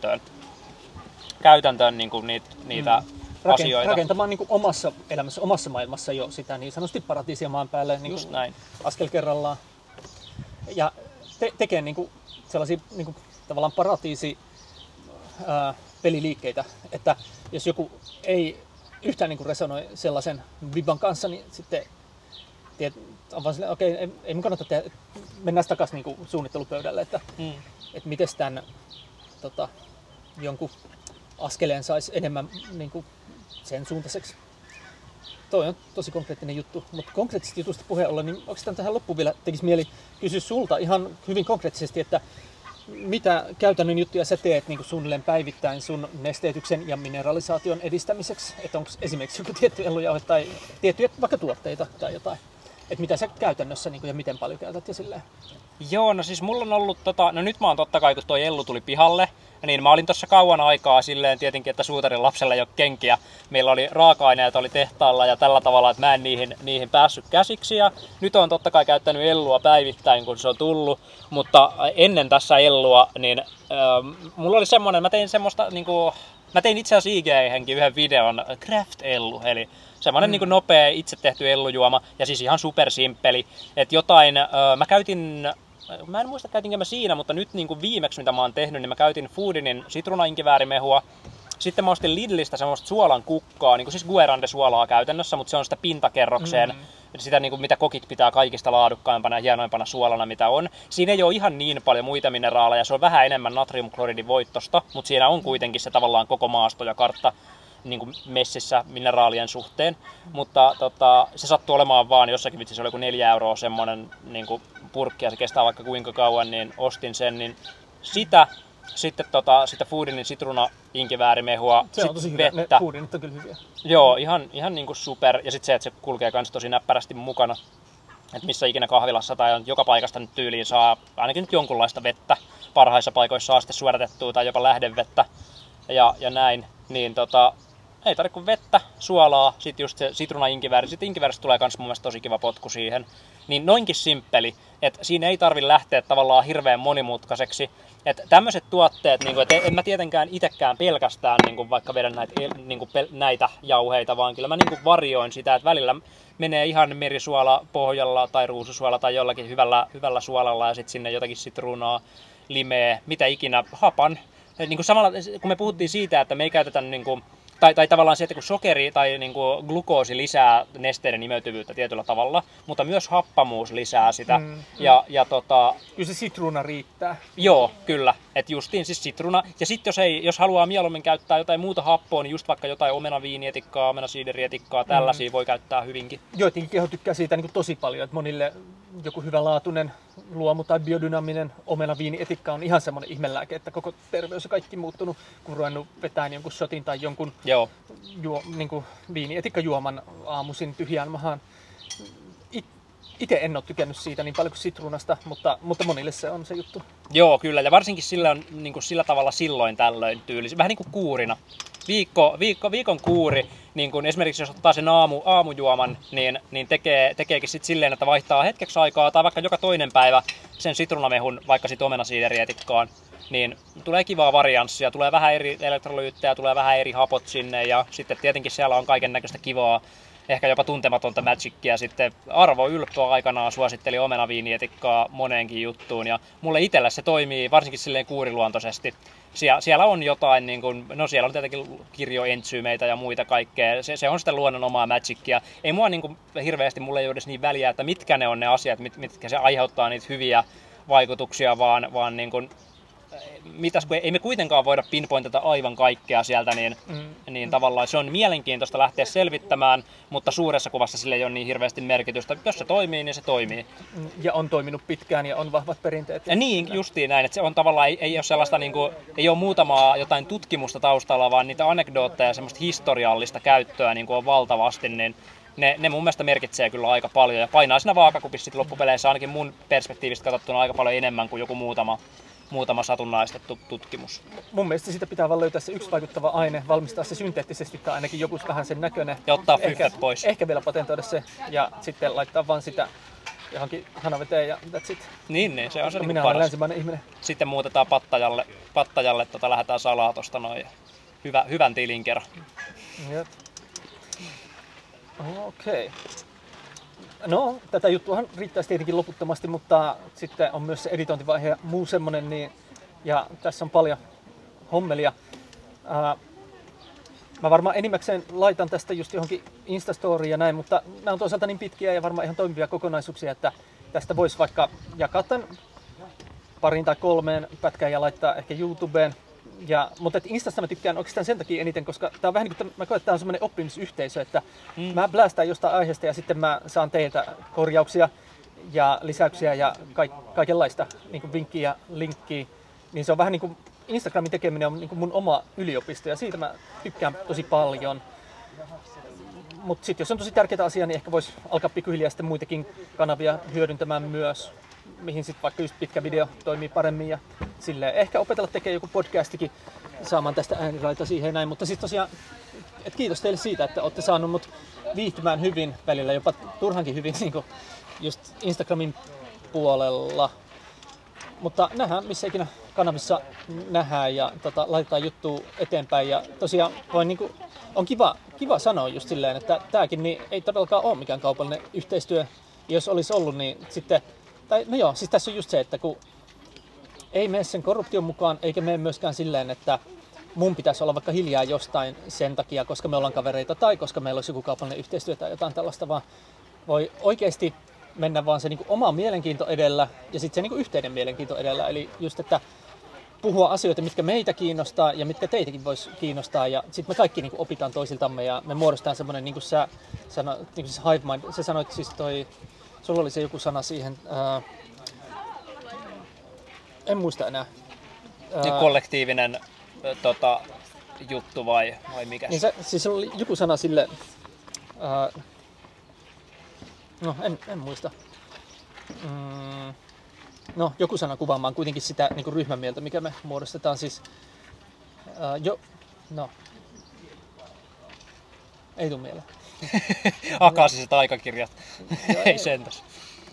Speaker 2: käytäntöön niin kuin niitä asioita.
Speaker 1: Rakentamaan niin kuin omassa elämässä, omassa maailmassa jo sitä niin sanotusti paratiisia maan päälle niin
Speaker 2: just näin.
Speaker 1: Askel kerrallaan. Ja tekee niin kuin sellaisia niin kuin, tavallaan paratiisi peliliikkeitä, että jos joku ei yhtään niin kuin resonoi sellaisen viban kanssa, niin sitten on vaan silleen, okei, ei mun kannata tehdä, mennään takaisin niin kuin suunnittelupöydälle, että miten tämän jonkun askeleen saisi enemmän niin kuin sen suuntaiseksi. Toi on tosi konkreettinen juttu, mutta konkreettisesta jutusta puheen ollen, niin oikeastaan tähän loppuun vielä tekisi mieli kysyä sulta ihan hyvin konkreettisesti, että mitä käytännön juttuja sä teet niin kuin suunnilleen päivittäin sun nesteytyksen ja mineralisaation edistämiseksi? Että onko esimerkiksi joku tietty ellujauhe tai tiettyjä vaikka tuotteita tai jotain? Että mitä sä käytännössä niin kuin, ja miten paljon käytät ja silleen?
Speaker 2: Joo, no siis mulla on ollut, no nyt mä oon totta kai, kun toi Ellu tuli pihalle, niin mä olin tossa kauan aikaa silleen tietenkin, että suutarin lapsella ei ole kenkiä. Meillä oli raaka-aineita, oli tehtaalla ja tällä tavalla, että mä en niihin päässyt käsiksi. Ja nyt on totta kai käyttänyt Ellua päivittäin, kun se on tullut. Mutta ennen tässä Ellua, niin mulla oli semmonen, mä tein itse asiassa IG-henkin yhden videon Craft Ellu, eli semmoinen niin kuin nopea itse tehty ellujuoma ja siis ihan supersimppeli. Että jotain, mä en muista käytinkö mä siinä, mutta nyt niin kuin viimeksi mitä mä oon tehnyt, niin mä käytin Foodinin sitruunainkivääremehua. Sitten mä ostin Lidlistä semmoista suolan kukkaa, niin kuin siis Guerande-suolaa käytännössä, mutta se on sitä pintakerrokseen. Sitä niin kuin, mitä kokit pitää kaikista laadukkaimpana ja hienoimpana suolana mitä on. Siinä ei ole ihan niin paljon muita mineraaleja, se on vähän enemmän natriumkloridin voittosta, mutta siinä on kuitenkin se tavallaan koko maasto ja kartta niin kuin messissä mineraalien suhteen, mutta se sattuu olemaan vaan jossakin vitsi, se oli joku 4 euroa semmonen niin kuin purkki ja se kestää vaikka kuinka kauan, niin ostin sen, niin sitä sitten Foodinin sitruuna-inkiväärimehua,
Speaker 1: se on tosi hyvä,
Speaker 2: vettä.
Speaker 1: Ne Foodinit on kyllä hyviä.
Speaker 2: Joo, ihan niin kuin super, ja sitten se, että se kulkee kans tosi näppärästi mukana, että missä ikinä kahvilassa tai joka paikasta nyt tyyliin saa ainakin nyt jonkunlaista vettä, parhaissa paikoissa saa sitten suodatettua tai jopa lähdevettä ja näin, niin ei tarvitse kuin vettä, suolaa, sitten just se sitruuna-inkivääri. Sitten inkivääristä tulee myös mun mielestä tosi kiva potku siihen. Niin noinkin simppeli, että siinä ei tarvitse lähteä tavallaan hirveän monimutkaiseksi. Että tämmöiset tuotteet, niin että en mä tietenkään itsekään pelkästään niin vaikka vedän näitä jauheita, vaan kyllä mä niin varjoin sitä, että välillä menee ihan merisuola pohjalla tai ruususuola tai jollakin hyvällä suolalla ja sitten sinne jotakin sitruunaa, limeä, mitä ikinä, hapan. Niin kuin samalla, kun me puhuttiin siitä, että me ei käytetä niin kuin, tai tavallaan se, että kun sokeri tai niin kuin glukoosi lisää nesteiden imeytyvyyttä tietyllä tavalla, mutta myös happamuus lisää sitä. Ja
Speaker 1: kyllä se sitruuna riittää.
Speaker 2: Joo, kyllä. Että justiin siis sitruna. Ja sitten jos haluaa mieluummin käyttää jotain muuta happoa, niin just vaikka jotain omenaviinietikkaa, omenasiiderietikkaa, tällaisia voi käyttää hyvinkin.
Speaker 1: Joidenkin keho tykkää siitä niin kuin tosi paljon, että monille joku hyvälaatuinen luomu tai biodynaaminen omenaviinietikka on ihan semmoinen ihmelääke, että koko terveys ja kaikki muuttunut, kun ruvennut vetämään jonkun shotin tai jonkun niin kuin viinietikkajuoman aamuisin tyhjään mahaan. Itse en ole tykännyt siitä niin paljon kuin sitruunasta, mutta monille se on se juttu.
Speaker 2: Joo, kyllä. Ja varsinkin sillä on niin kuin sillä tavalla silloin tällöin tyylisi. Vähän niin kuin kuurina. Viikon kuuri, niin kuin esimerkiksi jos ottaa sen aamujuoman, niin tekeekin sitten silleen, että vaihtaa hetkeksi aikaa tai vaikka joka toinen päivä sen sitruunamehun vaikka sitten omenasiiderietikkaan. Niin tulee kivaa varianssia, tulee vähän eri elektrolyyttejä, tulee vähän eri hapot sinne ja sitten tietenkin siellä on kaiken näköistä kivaa. Ehkä jopa tuntematonta magicia. Sitten Arvo Ylppö aikanaan suositteli omenaviinietikkaa moneenkin juttuun. Ja mulle itselle se toimii varsinkin silleen kuuriluontoisesti. Siellä on jotain, niin kuin, no siellä on tietenkin kirjoentsyymeitä ja muita kaikkea. Se on sitä luonnon omaa magicia. Ei mua niin kuin, hirveästi, mulle ei ole edes niin väliä, että mitkä ne on ne asiat, mitkä se aiheuttaa niitä hyviä vaikutuksia, vaan niin kuin, kun ei me kuitenkaan voida pinpointata aivan kaikkea sieltä, niin tavallaan se on mielenkiintoista lähteä selvittämään, mutta suuressa kuvassa sille ei ole niin hirveästi merkitystä. Jos se toimii, niin se toimii.
Speaker 1: Ja on toiminut pitkään ja on vahvat perinteet.
Speaker 2: Ja niin, justiin näin, että se on tavallaan, ei ole sellaista, niin kuin, ei ole muutamaa jotain tutkimusta taustalla, vaan niitä anekdootteja ja semmoista historiallista käyttöä niin kuin on valtavasti, niin ne mun mielestä merkitsee kyllä aika paljon ja painaa siinä vaakakupissa sitten loppupeleissä ainakin mun perspektiivistä katsottuna aika paljon enemmän kuin joku muutama satunnaistettu tutkimus.
Speaker 1: Mun mielestä siitä pitää vaan löytää se yksi vaikuttava aine, valmistaa se synteettisesti tai ainakin joku vähän sen näköinen.
Speaker 2: Ja ottaa fyffet pois.
Speaker 1: Ehkä vielä patentoida se ja sitten laittaa vaan sitä johonkin hanaveteen ja that's it.
Speaker 2: Niin, se on se
Speaker 1: minä
Speaker 2: paras.
Speaker 1: olen länsimainen ihminen.
Speaker 2: Sitten muutetaan pattajalle lähdetään salaa tosta noin. Hyvän tilin kerran.
Speaker 1: Jep. Okei. No, tätä juttuahan riittäisi tietenkin loputtomasti, mutta sitten on myös se editointivaihe ja muu semmonen, niin, ja tässä on paljon hommelia. Mä varmaan enimmäkseen laitan tästä just johonkin Instastoriin ja näin, mutta nämä on toisaalta niin pitkiä ja varmaan ihan toimivia kokonaisuuksia, että tästä voisi vaikka jakaa tämän pariin tai kolmeen pätkään ja laittaa ehkä YouTubeen. Mutta Instasta mä tykkään oikeastaan sen takia eniten, koska tää on vähän niin kuin, mä koen, että tää on semmoinen oppimisyhteisö, että mä blästään jostain aiheesta ja sitten mä saan teiltä korjauksia ja lisäyksiä ja kaikenlaista niin kuin vinkkiä ja linkkiä. Niin se on vähän niin kuin Instagramin tekeminen on niin kuin mun oma yliopisto ja siitä mä tykkään tosi paljon. Mutta sitten jos on tosi tärkeää asiaa, niin ehkä voisi alkaa pikkuhiljaa sitten muitakin kanavia hyödyntämään myös, mihin sitten vaikka just pitkä video toimii paremmin ja silleen ehkä opetella tekemään joku podcastikin saamaan tästä ääniraita siihen ja näin. Mutta sitten tosiaan, et kiitos teille siitä, että olette saanut mut viihtymään hyvin välillä, jopa turhankin hyvin niin kuin just Instagramin puolella. Mutta nähdään, missä ikinä kanavissa nähdään ja laitetaan juttua eteenpäin. Ja tosiaan on kiva sanoa just silleen, että tääkin niin ei todellakaan ole mikään kaupallinen yhteistyö. Jos olisi ollut, niin sitten, siis tässä on just se, että kun ei mene sen korruption mukaan, eikä mene myöskään silleen, että mun pitäisi olla vaikka hiljaa jostain sen takia, koska me ollaan kavereita tai koska meillä olisi joku kaupallinen yhteistyö tai jotain tällaista, vaan voi oikeasti mennä vaan se niin kuin oma mielenkiinto edellä ja sitten se niin kuin yhteinen mielenkiinto edellä. Eli just, että puhua asioita, mitkä meitä kiinnostaa ja mitkä teitäkin voisi kiinnostaa. Ja sitten me kaikki niin kuin opitaan toisiltamme ja me muodostetaan semmoinen, niin kuin sä sanoit, niin kuin siis hive mind. Sä sanoit siis sulla oli se joku sana siihen, en muista enää.
Speaker 2: Niin kollektiivinen juttu vai mikä?
Speaker 1: Niin siis oli joku sana sille, no en muista. No joku sana kuvaamaan kuitenkin sitä niin kuin ryhmämieltä, mikä me muodostetaan siis. Ei tule mieleen.
Speaker 2: Akaasiset aikakirjat. Ei sentäs.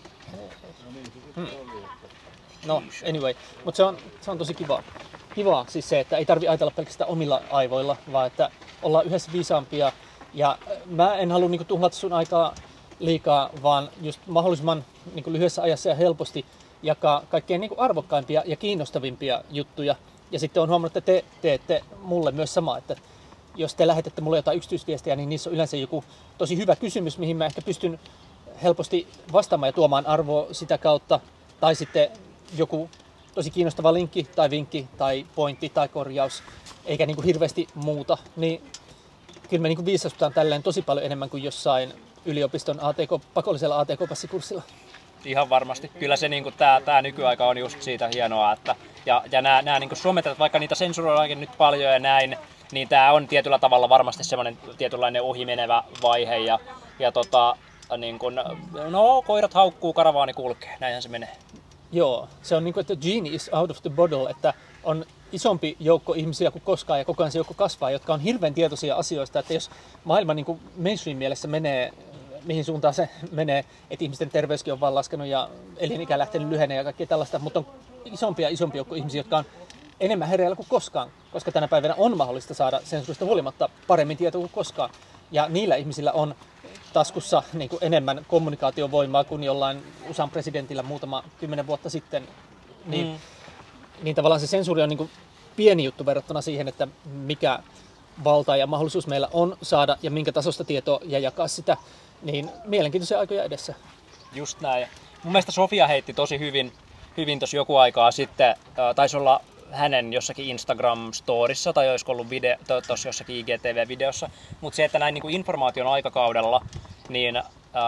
Speaker 1: No anyway, mutta se on tosi kivaa siis se, että ei tarvi ajatella pelkästään omilla aivoilla, vaan että ollaan yhdessä viisaampia. Ja mä en halua niinku tuhlata sun aikaa liikaa, vaan just mahdollisimman niinku lyhyessä ajassa ja helposti jakaa kaikkein niinku arvokkaimpia ja kiinnostavimpia juttuja. Ja sitten on huomannut, että te teette mulle myös sama, että jos te lähetätte mulle jotain yksityisviestejä, niin niissä on yleensä joku tosi hyvä kysymys, mihin mä ehkä pystyn helposti vastaamaan ja tuomaan arvoa sitä kautta. Tai sitten joku tosi kiinnostava linkki tai vinkki tai pointti tai korjaus, eikä niin kuin hirveästi muuta, niin kyllä me niin kuin viisastutaan tälleen tosi paljon enemmän kuin jossain yliopiston pakollisella ATK-passikurssilla.
Speaker 2: Ihan varmasti. Kyllä se niin tämä nykyaika on just siitä hienoa, että ja nämä niin sometet, vaikka niitä sensuroidaankin nyt paljon ja näin, niin tämä on tietyllä tavalla varmasti semmoinen tietynlainen ohimenevä vaihe ja niin kuin, no koirat haukkuu, karavaani kulkee, näinhän se menee.
Speaker 1: Joo, se on niin kuin, että genie is out of the bottle, että on isompi joukko ihmisiä kuin koskaan ja koko ajan se joukko kasvaa, jotka on hirveän tietoisia asioista, että jos maailma niin kuin mainstream mielessä menee, mihin suuntaan se menee, että ihmisten terveyskin on vaan laskenut ja elinikä lähtenyt lyhenee ja kaikkea tällaista, mutta on isompi ja isompi joukko ihmisiä, jotka on enemmän hereillä kuin koskaan, koska tänä päivänä on mahdollista saada sensuurista huolimatta paremmin tietoa kuin koskaan. Ja niillä ihmisillä on taskussa niin kuin enemmän kommunikaatiovoimaa kuin jollain USAn presidentillä muutama 10 vuotta sitten. Niin tavallaan se sensuuri on niin kuin pieni juttu verrattuna siihen, että mikä valta ja mahdollisuus meillä on saada ja minkä tasosta tietoa ja jakaa sitä. Niin mielenkiintoisia aikoja edessä.
Speaker 2: Just näin. Mun mielestä Sofia heitti tosi hyvin tuossa joku aikaa sitten, taisi olla hänen jossakin Instagram-storissa tai olisiko ollut tuossa jossakin IGTV-videossa, mutta se, että näin niin kuin informaation aikakaudella, niin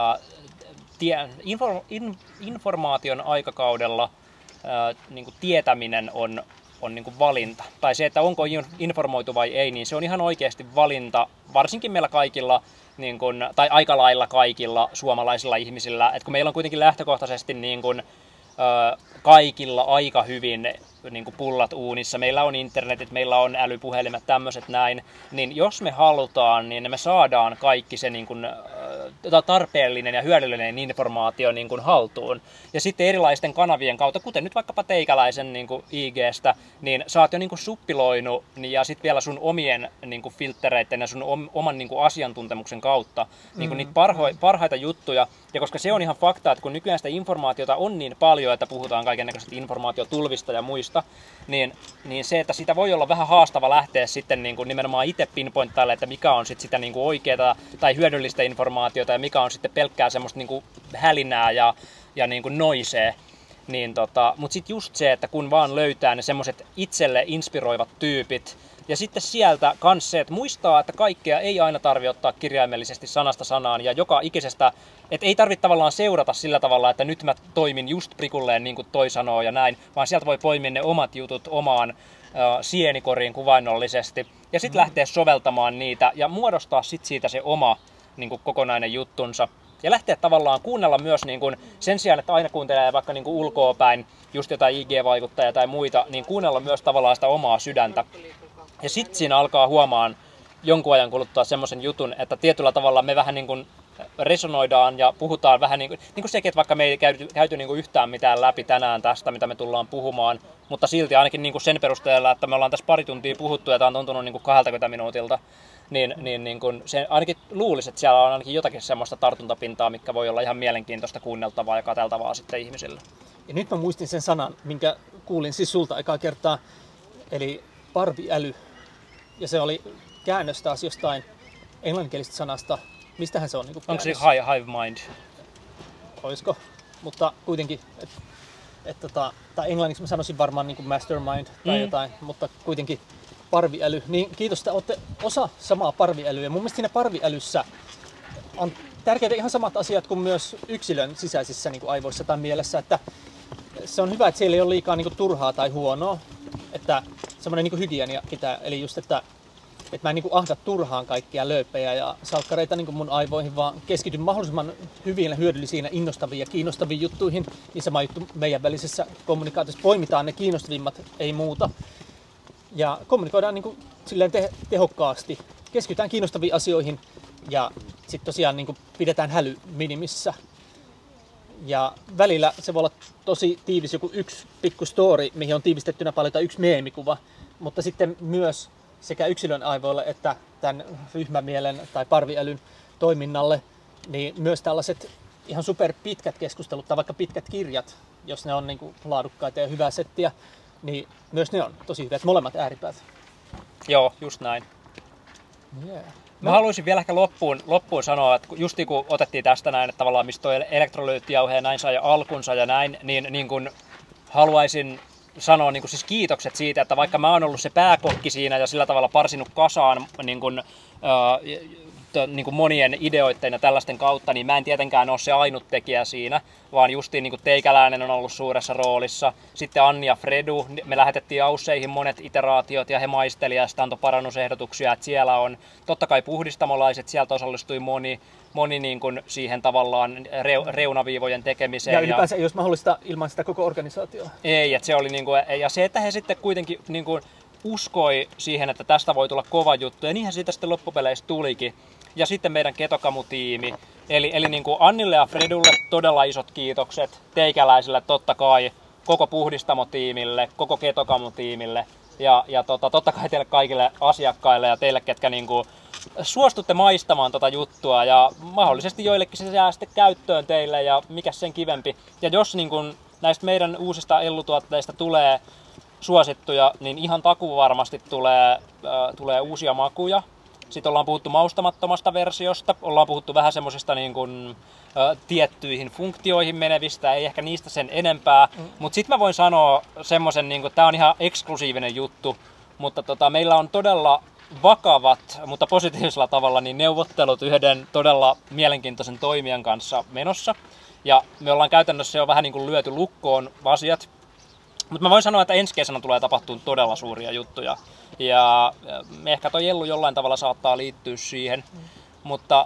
Speaker 2: informaation aikakaudella niin kuin tietäminen on niin kuin valinta. Tai se, että onko informoitu vai ei, niin se on ihan oikeasti valinta, varsinkin meillä kaikilla, niin kuin, tai aika lailla kaikilla suomalaisilla ihmisillä. Et kun meillä on kuitenkin lähtökohtaisesti niin kuin, kaikilla aika hyvin niin kuin pullat uunissa, meillä on internetit, meillä on älypuhelimet, tämmöiset näin, niin jos me halutaan, niin me saadaan kaikki se niin kuin, tarpeellinen ja hyödyllinen informaatio niin kuin haltuun. Ja sitten erilaisten kanavien kautta, kuten nyt vaikkapa teikäläisen niin kuin IG:stä, niin sä oot jo niin kuin suppiloinut ja sitten vielä sun omien niin kuin filttereiden ja sun oman niin kuin asiantuntemuksen kautta niin kuin niitä parhaita juttuja. Ja koska se on ihan fakta, että kun nykyään sitä informaatiota on niin paljon, että puhutaan kaikennäköisistä informaatiotulvista ja muista, niin se, että sitä voi olla vähän haastava lähteä sitten niin kuin nimenomaan itse pinpointtailemaan, että mikä on sitten sitä niin kuin oikeaa tai hyödyllistä informaatiota ja mikä on sitten pelkkää semmoista niin kuin hälinää ja niin kuin noisee. Niin mutta sitten just se, että kun vaan löytää ne semmoiset itselle inspiroivat tyypit, ja sitten sieltä kans se, että muistaa, että kaikkea ei aina tarvitse ottaa kirjaimellisesti sanasta sanaan ja joka ikisestä, että ei tarvitse tavallaan seurata sillä tavalla, että nyt mä toimin just prikulleen niin kuin toi sanoo ja näin, vaan sieltä voi poimia ne omat jutut omaan sienikoriin kuvainnollisesti ja sitten lähteä soveltamaan niitä ja muodostaa sitten siitä se oma niin kuin kokonainen juttunsa. Ja lähteä tavallaan kuunnella myös niin kuin, sen sijaan, että aina kuuntelee vaikka niin kuin ulkoa päin just jotain IG-vaikuttajia tai muita, niin kuunnella myös tavallaan sitä omaa sydäntä. Ja sitten siinä alkaa huomaan jonkun ajan kuluttua semmoisen jutun, että tietyllä tavalla me vähän niin kuin resonoidaan ja puhutaan vähän niin kuin sekin, että vaikka me ei käyty niin kuin yhtään mitään läpi tänään tästä, mitä me tullaan puhumaan, mutta silti ainakin niin kuin sen perusteella, että me ollaan tässä pari tuntia puhuttu ja tämä on tuntunut niin kuin 20 minuutilta, niin kuin se ainakin luulisi, että siellä on ainakin jotakin semmoista tartuntapintaa, mikä voi olla ihan mielenkiintoista kuunneltavaa ja katseltavaa sitten ihmisille.
Speaker 1: Ja nyt mä muistin sen sanan, minkä kuulin siis sulta aikaa kertaa, eli parviäly. Ja se oli käännös taas jostain englanninkielisestä sanasta. Mistähän se on? Niin
Speaker 2: onko se hive mind?
Speaker 1: Oisko? Mutta kuitenkin, tai englanniksi mä sanoisin varmaan niin kuin mastermind tai jotain, mutta kuitenkin parviäly. Niin kiitos, että olette osa samaa parviälyä. Mun mielestä siinä parviälyssä on tärkeitä ihan samat asiat kuin myös yksilön sisäisissä niin kuin aivoissa tai mielessä. Että se on hyvä, että siellä ei ole liikaa niin kuin turhaa tai huonoa. Että semmoinen niin hygienia pitää, eli just, että mä en niin kuin ahda turhaan kaikkia lööppejä ja salkkareita niin kuin mun aivoihin, vaan keskityn mahdollisimman hyviin ja hyödyllisiin ja innostaviin ja kiinnostaviin juttuihin. Niin sama juttu meidän välisessä kommunikaatiossa. Poimitaan ne kiinnostavimmat, ei muuta. Ja kommunikoidaan niin kuin silleen tehokkaasti. Keskitytään kiinnostaviin asioihin ja sitten tosiaan niin kuin pidetään häly minimissä. Ja välillä se voi olla tosi tiivis joku yksi pikku story, mihin on tiivistettynä paljon tai yksi meemikuva. Mutta sitten myös sekä yksilön aivoille että tämän ryhmämielen tai parviälyn toiminnalle, niin myös tällaiset ihan super pitkät keskustelut tai vaikka pitkät kirjat, jos ne on niin kuin laadukkaita ja hyvää settiä, niin myös ne on tosi hyvät, molemmat ääripäät.
Speaker 2: Joo, just näin.
Speaker 1: Yeah.
Speaker 2: Mä haluaisin vielä ehkä loppuun sanoa, että just kun otettiin tästä näin, että tavallaan mistä toi elektrolyyttijauhe ja näin sai alkunsa ja näin, niin kun haluaisin sanoa niin kuin siis kiitokset siitä, että vaikka mä oon ollut se pääkokki siinä ja sillä tavalla parsinut kasaan niin kuin monien ideoiden ja tällaisten kautta, niin mä en tietenkään ole se ainut tekijä siinä, vaan justiin niin kuin Teikäläinen on ollut suuressa roolissa. Sitten Anni ja Fredu, me lähetettiin Ausseihin monet iteraatiot ja he maisteli ja sitä antoi parannusehdotuksia, että siellä on totta kai puhdistamolaiset, sieltä osallistui moni niin kuin siihen tavallaan reunaviivojen tekemiseen.
Speaker 1: Ja ylipäänsä ei olisi mahdollista ilman sitä koko organisaatiota.
Speaker 2: Ei, että se oli niin kuin, ja se, että he sitten kuitenkin niin kuin uskoi siihen, että tästä voi tulla kova juttu, ja niinhän siitä sitten loppupeleissä tulikin. Ja sitten meidän Ketokamu-tiimi, eli niin kuin Annille ja Fredulle todella isot kiitokset, Teikäläisille totta kai, koko Puhdistamo-tiimille, koko Ketokamu-tiimille, ja totta kai teille kaikille asiakkaille ja teille, ketkä niin kuin suostutte maistamaan tota juttua, ja mahdollisesti joillekin se jää sitten käyttöön teille, ja mikä sen kivempi. Ja jos niin kuin näistä meidän uusista ellutuotteista tulee suosittuja, niin ihan takuvarmasti tulee uusia makuja. Sitten ollaan puhuttu maustamattomasta versiosta, ollaan puhuttu vähän semmoisista niin kuin tiettyihin funktioihin menevistä, ei ehkä niistä sen enempää. Mutta sitten mä voin sanoa semmoisen, niin tämä on ihan eksklusiivinen juttu, mutta meillä on todella vakavat, mutta positiivisella tavalla niin neuvottelut yhden todella mielenkiintoisen toimijan kanssa menossa. Ja me ollaan käytännössä jo vähän niin kuin lyöty lukkoon asiat. Mutta mä voin sanoa, että ensi kesänä tulee tapahtumaan todella suuria juttuja. Ja ehkä toi Jellu jollain tavalla saattaa liittyä siihen. Mutta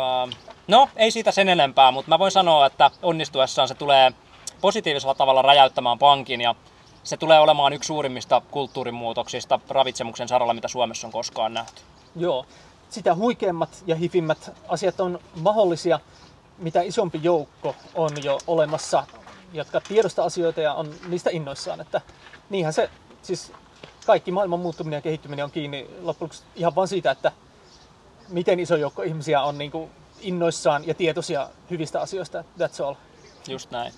Speaker 2: no, ei siitä sen enempää, mutta mä voin sanoa, että onnistuessaan se tulee positiivisella tavalla räjäyttämään pankin. Ja se tulee olemaan yksi suurimmista kulttuurimuutoksista ravitsemuksen saralla, mitä Suomessa on koskaan nähty.
Speaker 1: Joo, sitä huikeammat ja hifimmät asiat on mahdollisia, mitä isompi joukko on jo olemassa, jotka tiedostaa asioita ja on niistä innoissaan. Että niinhän se, siis kaikki maailman muuttuminen ja kehittyminen on kiinni loppujen ihan vaan siitä, että miten iso joukko ihmisiä on niin kuin innoissaan ja tietoisia hyvistä asioista. That's all.
Speaker 2: Just näin.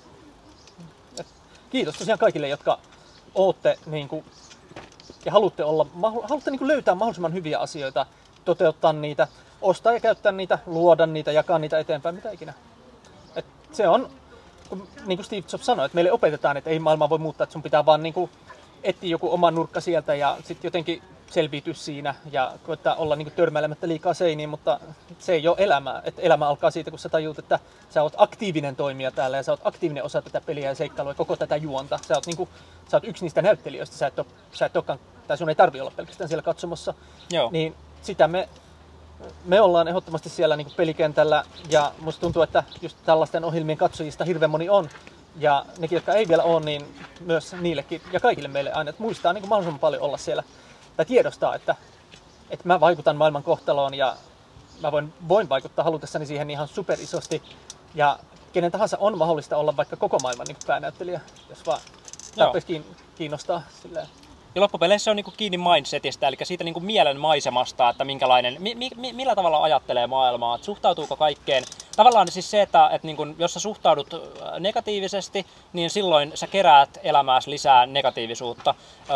Speaker 1: Kiitos tosiaan kaikille, jotka ootte niin kuin, ja haluatte niin kuin löytää mahdollisimman hyviä asioita, toteuttaa niitä, ostaa ja käyttää niitä, luoda niitä, jakaa niitä eteenpäin, mitä ikinä. Et se on, niin kuin Steve Jobs sanoi, että meille opetetaan, että ei maailmaa voi muuttaa, että sun pitää vaan niin kuin etsiä joku oma nurkka sieltä ja sitten jotenkin selviytyä siinä ja koittaa olla niin kuin törmäilemättä liikaa seiniin, mutta se ei ole elämää. Et elämä alkaa siitä, kun sä tajuut, että sä oot aktiivinen toimija täällä ja sä oot aktiivinen osa tätä peliä ja seikkailua ja koko tätä juonta. Sä oot yksi niistä näyttelijöistä, sä et olekaan, tai sun ei tarvitse olla pelkästään siellä katsomassa.
Speaker 2: Joo.
Speaker 1: Niin sitä me ollaan ehdottomasti siellä niin kuin pelikentällä ja musta tuntuu, että just tällaisten ohjelmien katsojista hirveän moni on. Ja nekin, jotka ei vielä ole, niin myös niillekin ja kaikille meille aina, että muistaa niin kuin mahdollisimman paljon olla siellä. Tai tiedostaa, että mä vaikutan maailman kohtaloon ja mä voin vaikuttaa halutessani siihen ihan superisosti. Ja kenen tahansa on mahdollista olla vaikka koko maailman niin kuin päänäyttelijä, jos vaan tarpeeksi kiinnostaa. Silleen.
Speaker 2: Ja loppupeleissä se on niinku kiinni mindsetistä, eli siitä niinku mielen maisemasta, että minkälainen, millä tavalla ajattelee maailmaa, että suhtautuuko kaikkeen. Tavallaan siis se, että niinku, jos sä suhtaudut negatiivisesti, niin silloin sä keräät elämääsi lisää negatiivisuutta.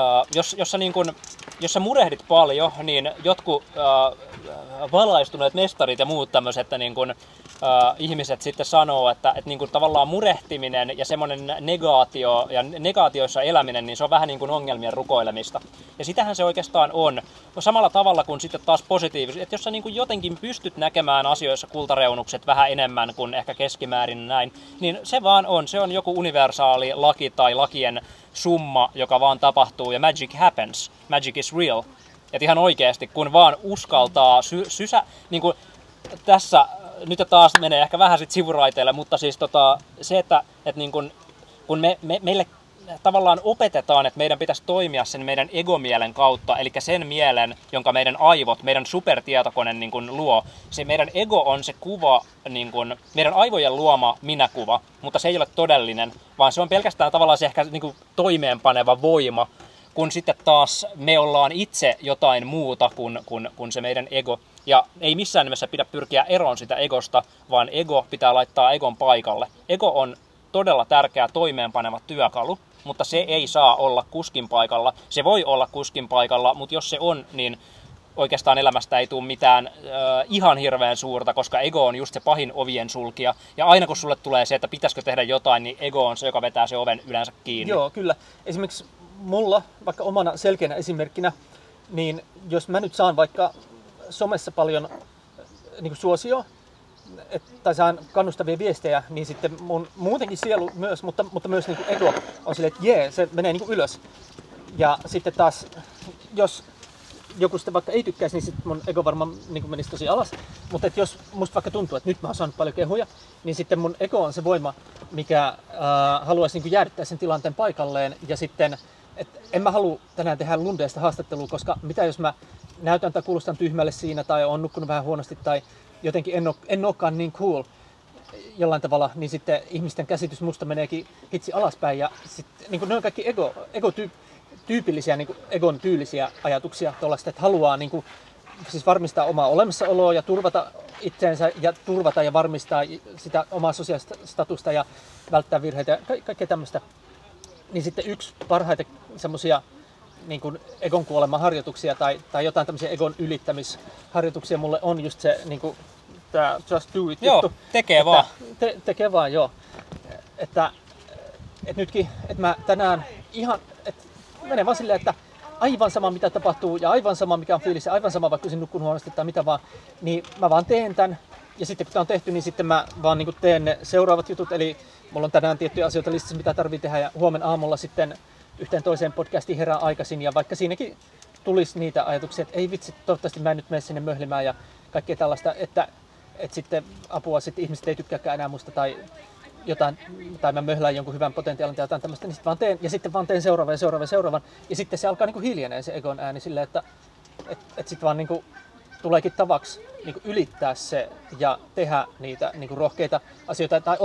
Speaker 2: Jos sä murehdit paljon, niin jotkut valaistuneet mestarit ja muut tämmöiset niinku, ihmiset sitten sanoo, että niinku, tavallaan murehtiminen ja semmoinen negaatio ja negaatioissa eläminen, niin se on vähän niin kuin ongelmien rukoilemista. Ja sitähän se oikeastaan on. Samalla tavalla kuin sitten taas positiivisesti, että jos sä niin kuin jotenkin pystyt näkemään asioissa kultareunukset vähän enemmän kuin ehkä keskimäärin näin, niin se vaan on. Se on joku universaali laki tai lakien summa, joka vaan tapahtuu ja magic happens. Magic is real. Että ihan oikeasti, kun vaan uskaltaa niin kuin tässä nyt taas menee ehkä vähän sit sivuraiteille, mutta siis se, että niin kun meille tavallaan opetetaan, että meidän pitäisi toimia sen meidän egomielen kautta, eli sen mielen, jonka meidän aivot, meidän supertietokone niin kun luo. Se meidän ego on se kuva, niin kun, meidän aivojen luoma minäkuva, mutta se ei ole todellinen, vaan se on pelkästään tavallaan se ehkä niin kun toimeenpaneva voima, kun sitten taas me ollaan itse jotain muuta kuin se meidän ego. Ja ei missään nimessä pidä pyrkiä eroon sitä egosta, vaan ego pitää laittaa egon paikalle. Ego on todella tärkeä toimeenpaneva työkalu, mutta se ei saa olla kuskin paikalla. Se voi olla kuskin paikalla, mutta jos se on, niin oikeastaan elämästä ei tule mitään ihan hirveän suurta, koska ego on just se pahin ovien sulkija. Ja aina kun sulle tulee se, että pitäisikö tehdä jotain, niin ego on se, joka vetää se oven yleensä kiinni.
Speaker 1: Joo, kyllä. Esimerkiksi mulla, vaikka omana selkeänä esimerkkinä, niin jos mä nyt saan vaikka somessa paljon niin suosioa, tai saan kannustavia viestejä, niin sitten mun muutenkin sielu myös, mutta myös niin ego on silleen, että jee, se menee niin ylös. Ja sitten taas, jos joku sitten vaikka ei tykkäisi, niin sitten mun ego varmaan niin menisi tosi alas. Mutta jos musta vaikka tuntuu, että nyt mä oon saanut paljon kehuja, niin sitten mun ego on se voima, mikä haluaisi niin jäädyttää sen tilanteen paikalleen. Ja sitten, että en mä halua tänään tehdä Lundeesta haastattelua, koska mitä jos mä näytän tai kuulostan tyhmälle siinä, tai on nukkunut vähän huonosti, tai jotenkin en olekaan niin cool jollain tavalla, niin sitten ihmisten käsitys musta meneekin hitsi alaspäin. Ja sitten niin ne on kaikki tyypillisiä, niin egon tyylisiä ajatuksia tuollaista, että haluaa niin kuin, siis varmistaa omaa olemassaoloa ja turvata itseensä ja turvata ja varmistaa sitä omaa sosiaalista statusta ja välttää virheitä ja kaikkea tämmöistä. Niin sitten yksi parhaita semmoisia niin kuin egon kuolemaharjoituksia tai jotain tämmöisiä egon ylittämisharjoituksia mulle on just se niin kuin, tämä Just Do It
Speaker 2: joo,
Speaker 1: juttu.
Speaker 2: tekee vaan.
Speaker 1: Tekee vaan, joo. Että nytkin, että mä tänään ihan, että menee vaan silleen, että aivan sama mitä tapahtuu ja aivan sama mikä on fiilis ja aivan sama vaikka olisin nukkunut huonosti tai mitä vaan, niin mä vaan teen tän. Ja sitten kun tää on tehty, niin sitten mä vaan niin kuin teen ne seuraavat jutut. Eli mulla on tänään tiettyjä asioita listassa, mitä tarvii tehdä ja huomenna aamulla sitten yhteen toiseen podcastiin herään aikaisin. Ja vaikka siinäkin tulisi niitä ajatuksia, että ei vitsi, toivottavasti mä en nyt mene sinne möhlimään ja kaikkea tällaista, että sitten apua, sitten ihmiset ei tykkääkään enää musta tai jotain, tai mä möhlään jonkun hyvän potentiaalin tai jotain tämmöistä, niin sitten vaan teen, ja sitten vaan teen seuraavan. Ja sitten se alkaa niinku hiljenee se egon ääni silleen, että sitten vaan niinku tuleekin tavaksi niinku ylittää se ja tehdä niitä niinku rohkeita asioita tai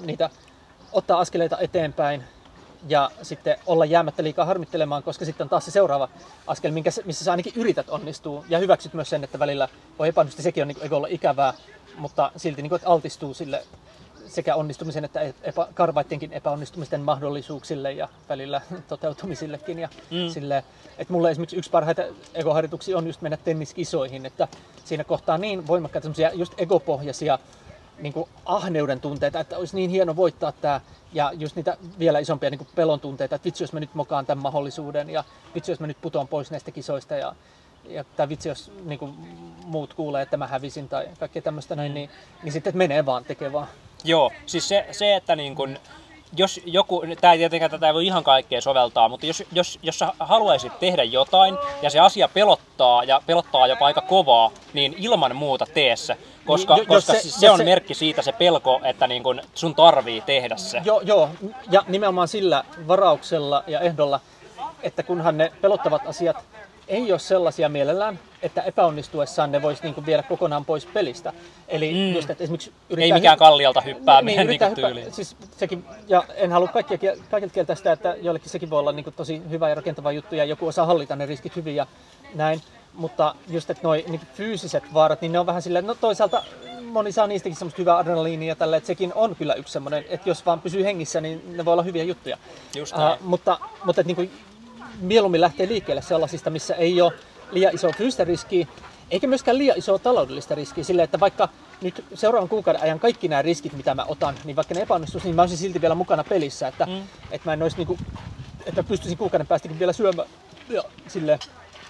Speaker 1: ottaa askeleita eteenpäin ja sitten olla jäämättä liikaa harmittelemaan, koska sitten on taas se seuraava askel, missä sä ainakin yrität onnistua ja hyväksyt myös sen, että välillä voi epäonnistua, sekin on niinku egolla ikävää, mutta silti niinku, että altistuu sille sekä onnistumisen että karvaittenkin epäonnistumisten mahdollisuuksille ja välillä toteutumisillekin. Ja silleen, että mulle esimerkiksi yksi parhaita egoharjoituksia on just mennä tenniskisoihin, että siinä kohtaa niin voimakkaita semmoisia just egopohjaisia niin kuin ahneuden tunteita, että olisi niin hieno voittaa tämä ja just niitä vielä isompia niin kuin pelon tunteita, että vitsi jos mä nyt mokaan tämän mahdollisuuden ja vitsi jos mä nyt putoan pois näistä kisoista ja tai vitsi jos niin kuin muut kuulee, että mä hävisin tai kaikkea tämmöistä näin, niin sitten menee vaan, tekee vaan.
Speaker 2: Joo, siis se että niin kun, jos joku, tää tietenkään tätä ei voi ihan kaikkea soveltaa, mutta jos sä haluaisit tehdä jotain ja se asia pelottaa ja pelottaa jopa aika kovaa, niin ilman muuta tee se, koska se on merkki siitä se pelko, että niin kun sun tarvii tehdä se.
Speaker 1: Joo, ja nimenomaan sillä varauksella ja ehdolla, että kunhan ne pelottavat asiat ei ole sellaisia mielellään, että epäonnistuessaan ne voisi niinku viedä kokonaan pois pelistä. Eli just, että esimerkiksi
Speaker 2: ei mikään kalliolta hyppääminen niin tyyliin.
Speaker 1: Siis sekin, ja en halua kaikilta kieltää sitä, että joillekin sekin voi olla niinku tosi hyvä ja rakentava juttu ja joku osaa hallita ne riskit hyvin ja näin. Mutta just, että noi niinku fyysiset vaarat, niin ne on vähän silleen, no toisaalta moni saa niistäkin semmoista hyvää adrenaliinia tällä, että sekin on kyllä yksi semmoinen, että jos vaan pysyy hengissä, niin ne voi olla hyviä juttuja.
Speaker 2: Just näin.
Speaker 1: Mutta että niinku mieluummin lähtee liikkeelle sellaisista, missä ei ole liian isoa fyysistä riskiä, eikä myöskään liian isoa taloudellista riskiä. Silleen, että vaikka nyt seuraavan kuukauden ajan kaikki nämä riskit, mitä mä otan, niin vaikka ne epäonnistuisi, niin mä olisin silti vielä mukana pelissä. Että mä en olisi niinku, että mä pystyisin kuukauden päästäkin vielä syömään. Ja silleen,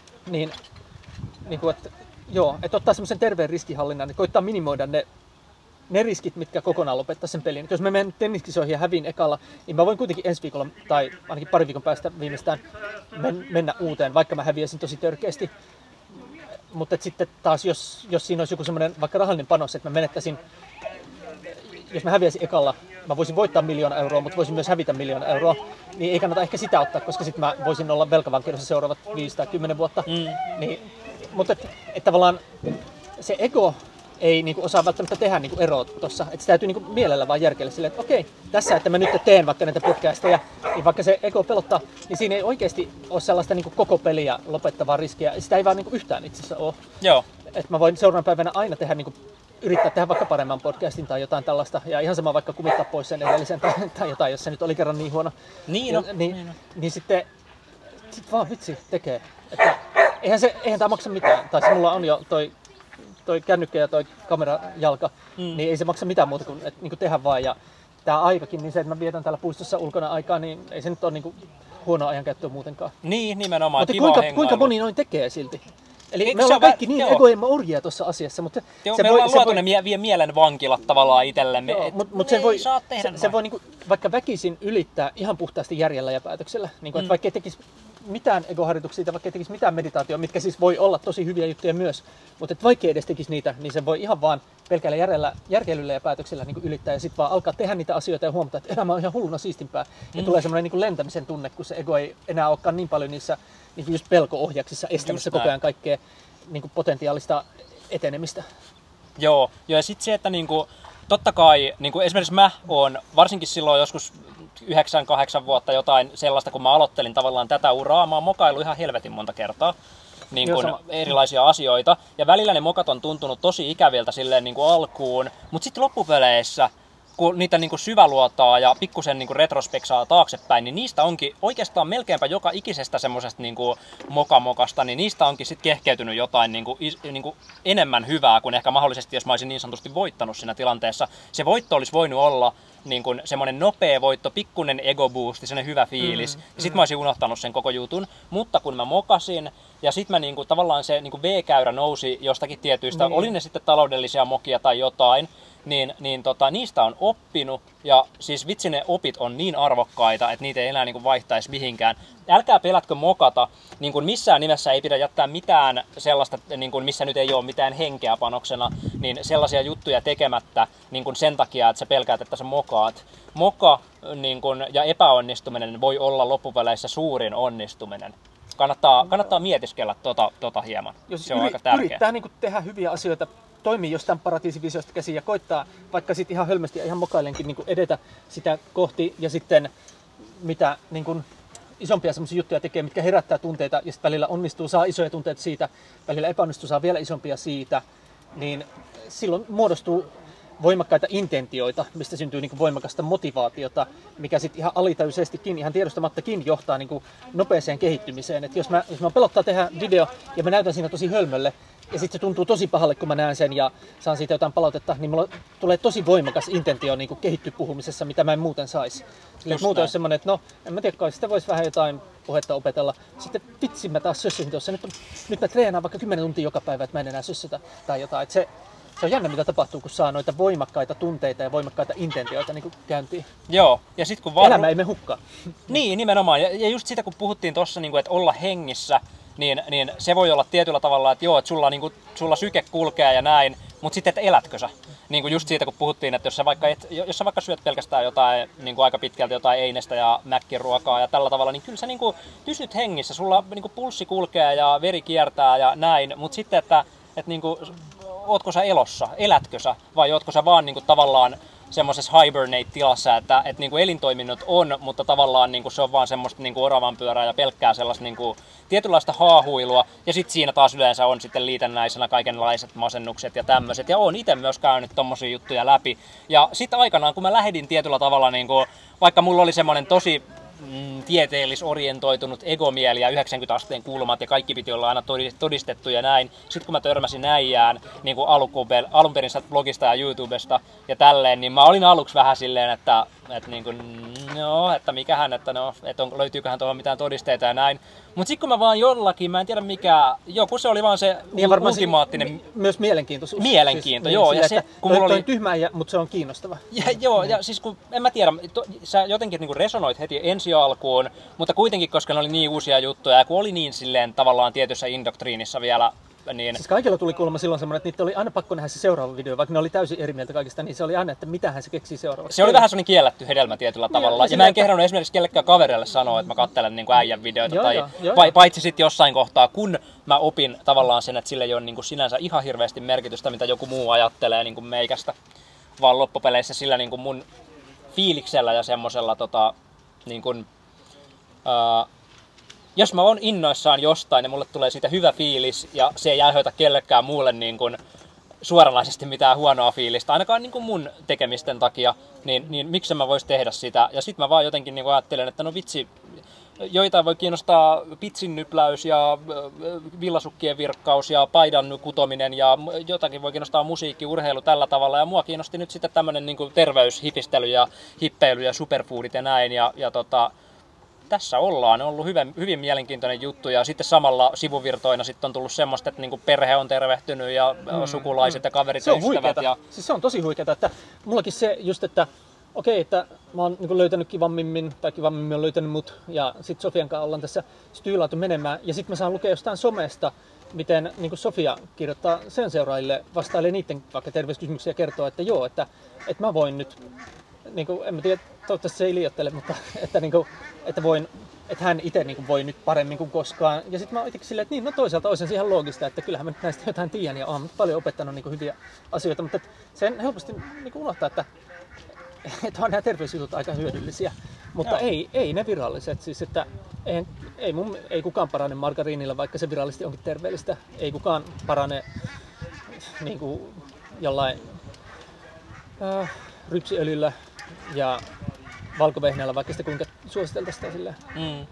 Speaker 1: niinku, että ottaa semmoisen terveen riskihallinnan, että koittaa minimoida ne riskit, mitkä kokonaan lopettaa sen pelin. Jos mä menen tenniskisoihin ja häviin ekalla, niin mä voin kuitenkin ensi viikolla tai ainakin pari viikon päästä viimeistään mennä uuteen, vaikka mä häviäisin tosi törkeästi. Mutta sitten taas, jos siinä olisi joku semmoinen vaikka rahallinen panos, että mä menettäisin, jos mä häviäisin ekalla, mä voisin voittaa 1 000 000 euroa, mutta voisin myös hävitä 1 000 000 euroa, niin ei kannata ehkä sitä ottaa, koska sitten mä voisin olla velkavankeudessa seuraavat 5 tai 10 vuotta. Niin, mutta että tavallaan se ego ei niinku osaa välttämättä tehdä niinku eroa tuossa. Että se täytyy niinku mielellä vaan järkeillä silleen, että okei, tässä, että mä nyt teen vaikka näitä podcasteja, niin vaikka se ego pelottaa, niin siinä ei oikeasti ole sellaista niinku koko peliä lopettavaa riskiä. Sitä ei vaan niinku yhtään itse asiassa ole.
Speaker 2: Joo.
Speaker 1: Että mä voin seuraavan päivänä aina tehdä niinku, yrittää tehdä vaikka paremman podcastin tai jotain tällaista. Ja ihan sama vaikka kumittaa pois sen edellisen tai jotain, jos se nyt oli kerran niin huono.
Speaker 2: Niin
Speaker 1: sitten vaan vitsi tekee. Että eihän tää maksa mitään. Tai se mulla on jo toi kännykkä ja toi kamerajalka, niin ei se maksa mitään muuta kuin, niin kuin tehdä vaan. Ja tää aikakin, niin se, että mä vietän täällä puistossa ulkona aikaa, niin ei se nyt ole niin kuin huonoa ajankäyttöä muutenkaan.
Speaker 2: Niin, nimenomaan.
Speaker 1: Mutta kuinka moni noin tekee silti? Eli
Speaker 2: Eikö
Speaker 1: me ollaan kaikki niin egoimme orjia tuossa asiassa, mutta
Speaker 2: me ollaan luotu ne mielen vankilat tavallaan itsellemme.
Speaker 1: Mutta se voi niinku, vaikka väkisin ylittää ihan puhtaasti järjellä ja päätöksellä. Niinku, että vaikka ei tekisi mitään egoharjoituksia tai vaikka ei tekisi mitään meditaatioa, mitkä siis voi olla tosi hyviä juttuja myös, mutta et vaikka ei edes tekisi niitä, niin se voi ihan vaan pelkällä järkeilyllä ja päätöksellä niin ylittää ja sitten vaan alkaa tehdä niitä asioita ja huomata, että elämä on ihan hulluna siistimpää. Ja tulee semmoinen niin lentämisen tunne, kun se ego ei enää olekaan niin paljon niissä niin just pelko-ohjaksissa estämässä koko ajan kaikkea niin potentiaalista etenemistä.
Speaker 2: Joo, ja sitten se, että niinku, totta kai niinku esimerkiksi mä oon varsinkin silloin joskus 9-8 vuotta jotain sellaista, kun mä aloittelin tavallaan tätä uraa, mä oon mokaillut ihan helvetin monta kertaa niin kuin erilaisia asioita. Ja välillä ne mokat on tuntunut tosi ikäviltä silleen niin kuin alkuun, mutta sitten loppupeleissä, kun niitä niin kuin syväluotaa ja pikkusen niin kuin retrospeksaa taaksepäin, niin niistä onkin oikeastaan melkeinpä joka ikisestä semmoisesta niin kuin mokamokasta, niin niistä onkin sitten kehkeytynyt jotain niin kuin enemmän hyvää kuin ehkä mahdollisesti, jos mä olisin niin sanotusti voittanut siinä tilanteessa. Se voitto olisi voinut olla niin kuin semmoinen nopea voitto, pikkunen ego boosti, semmoinen hyvä fiilis. Ja sit mä olisin unohtanut sen koko jutun. Mutta kun mä mokasin ja sit mä niinku, tavallaan se niinku V-käyrä nousi jostakin tietyistä, oli ne sitten taloudellisia mokia tai jotain, niin niistä on oppinut. Ja siis vitsi ne opit on niin arvokkaita, että niitä ei enää niinku vaihtaisi mihinkään. Älkää pelätkö mokata. Niin kuin missään nimessä ei pidä jättää mitään sellaista, niin kuin missä nyt ei ole mitään henkeä panoksena, niin sellaisia juttuja tekemättä niin kuin sen takia, että sä pelkäät, että sä mokaat. Moka niin kuin, ja epäonnistuminen voi olla loppupeleissä suurin onnistuminen. Kannattaa mietiskellä tota hieman.
Speaker 1: Jos
Speaker 2: se on aika tärkeää.
Speaker 1: Yrittää niin kuin tehdä hyviä asioita, toimii jostain paratiisivisiosta käsin ja koittaa vaikka sitten ihan hölmästi ja ihan mokailenkin niin kuin edetä sitä kohti ja sitten mitä niin kuin isompia semmoisia juttuja tekee, mitkä herättää tunteita ja sitten välillä onnistuu, saa isoja tunteita siitä, välillä epäonnistuu, saa vielä isompia siitä, niin silloin muodostuu voimakkaita intentioita, mistä syntyy niin kuin voimakasta motivaatiota, mikä sitten ihan alitajuisestikin, ihan tiedostamattakin johtaa niin kuin nopeeseen kehittymiseen. Et jos mä pelottaa tehdä video ja mä näytän siinä tosi hölmölle, ja sitten se tuntuu tosi pahalle, kun mä näen sen ja saan siitä jotain palautetta, niin mulla tulee tosi voimakas intentio niin kuin kehittyä puhumisessa, mitä mä en muuten saisi. Muuten olisi semmoinen, että no, en mä tiedä, kai sitä voisi vähän jotain puhetta opetella. Sitten vitsi, mä taas sössin tuossa. Nyt mä treenaan vaikka 10 tuntia joka päivä, että mä en enää sössötä tai jotain. Et se on jännä, mitä tapahtuu, kun saa noita voimakkaita tunteita ja voimakkaita intentioita niin kuin käyntiin.
Speaker 2: Joo, ja sit kun
Speaker 1: elämä ei me hukkaa.
Speaker 2: Niin, nimenomaan. Ja just sitä, kun puhuttiin tuossa, niin että olla hengissä, niin se voi olla tietyllä tavalla, että joo, että sulla syke kulkee ja näin, mutta sitten, että elätkö sä? Niin kuin just siitä, kun puhuttiin, että jos sä vaikka syöt pelkästään jotain niin kuin aika pitkälti jotain einestä ja mäkkiruokaa ja tällä tavalla, niin kyllä sä niin kuin pysyt hengissä, sulla niin kuin pulssi kulkee ja veri kiertää ja näin, mutta sitten, että niin kuin, ootko sä elossa, elätkö sä vai ootko sä vaan niin kuin tavallaan semmoisessa hibernate-tilassa, että niin kuin elintoiminnot on, mutta tavallaan niin kuin se on vaan semmoista niin kuin oravan pyörää ja pelkkää sellaista niin kuin tietynlaista haahuilua. Ja sitten siinä taas yleensä on sitten liitännäisenä kaikenlaiset masennukset ja tämmöiset. Ja oon itse myös käynyt tommosia juttuja läpi. Ja sitten aikanaan, kun mä lähdin tietyllä tavalla, niin kuin, vaikka mulla oli semmoinen tosi tieteellisorientoitunut egomieli ja 90 asteen kulmat ja kaikki piti olla aina todistettu ja näin. Sitten kun mä törmäsin äijään niin kuin alun perin blogista ja YouTubesta ja tälleen, niin mä olin aluksi vähän silleen, että niin kuin, no, että mikähän, että no, että löytyyköhän tuohon mitään todisteita ja näin. Mutta sitten kun mä vaan jollakin, mä en tiedä mikä, joku se oli vaan se niin ultimaattinen.
Speaker 1: Myös mielenkiintoisuus.
Speaker 2: Mielenkiinto, siis, joo.
Speaker 1: Niin, ja se, kun mulla oli tyhmä, mutta se on kiinnostava.
Speaker 2: Joo, ja siis kun, en mä tiedä, sä jotenkin niin resonoit heti ensi alkuun, mutta kuitenkin, koska ne oli niin uusia juttuja ja kun oli niin silleen tavallaan tietyssä indoktriinissa vielä, niin...
Speaker 1: Siis kaikilla tuli kuulemma silloin semmoinen, että niitä oli aina pakko nähdä se seuraava video, vaikka ne oli täysin eri mieltä kaikista, niin se oli aina, että mitähän se keksii seuraavaksi.
Speaker 2: Se oli vähän semmoinen kielletty hedelmä tietyllä tavalla. Ja mä en kehdannut esimerkiksi kellekään kaverille sanoa, että mä katselen niin kuin äijän videoita. Paitsi sitten jossain kohtaa, kun mä opin tavallaan sen, että sillä ei ole niin kuin sinänsä ihan hirveästi merkitystä, mitä joku muu ajattelee niin kuin meikästä. Vaan loppupeleissä sillä niin kuin mun fiiliksellä ja semmosella niin kuin, jos mä oon innoissaan jostain ja mulle tulee siitä hyvä fiilis ja se ei aiheuta kellekään muulle niin kuin suoranaisesti mitään huonoa fiilistä, ainakaan niin kuin mun tekemisten takia, niin miksi mä vois tehdä sitä. Ja sit mä vaan jotenkin niin kuin ajattelen, että no vitsi, joita voi kiinnostaa pitsinnypläys ja villasukkien virkkaus ja paidan kutominen ja jotakin voi kiinnostaa musiikki, urheilu tällä tavalla. Ja mua kiinnosti nyt sitten tämmöinen niin kuin terveyshifistely ja hippeily ja superfoodit ja näin. Ja tässä ollaan. On ollut hyvin mielenkiintoinen juttu ja sitten samalla sivuvirtoina sitten on tullut semmoista, että niin kuin perhe on tervehtynyt ja sukulaiset ja kaverit ja ystävät. Ja
Speaker 1: siis se on tosi huikeeta, että mullakin se just, että okei, että mä oon niin löytänyt kivammin on löytänyt mut ja sit Sofian kanssa ollaan tässä tyylautu menemään ja sit mä saan lukea jostain somesta, miten niin Sofia kirjoittaa sen seuraajille, vastailee niiden vaikka terveyskysymyksiä ja kertoo, että joo, että mä voin nyt, niin kuin, en mä tiedä, toivottavasti se ei liioittele, mutta että, niin kuin, että hän itse niin kuin, voi nyt paremmin kuin koskaan. Ja sitten mä oon itsekin silleen, että niin, no toisaalta olisi ihan loogista, että kyllähän mä nyt näistä jotain tiedän ja oon paljon opettanut niin kuin, hyviä asioita, mutta sen helposti niin kuin, unohtaa, että on nämä terveysjutut aika hyödyllisiä, mutta ei ne viralliset. Siis, että ei kukaan parane margariinilla, vaikka se virallisesti onkin terveellistä. Ei kukaan parane niin kuin, jollain rypsiöljyllä ja valkovehnällä, vaikka sitä kuinka suositeltaisiin sitä silleen.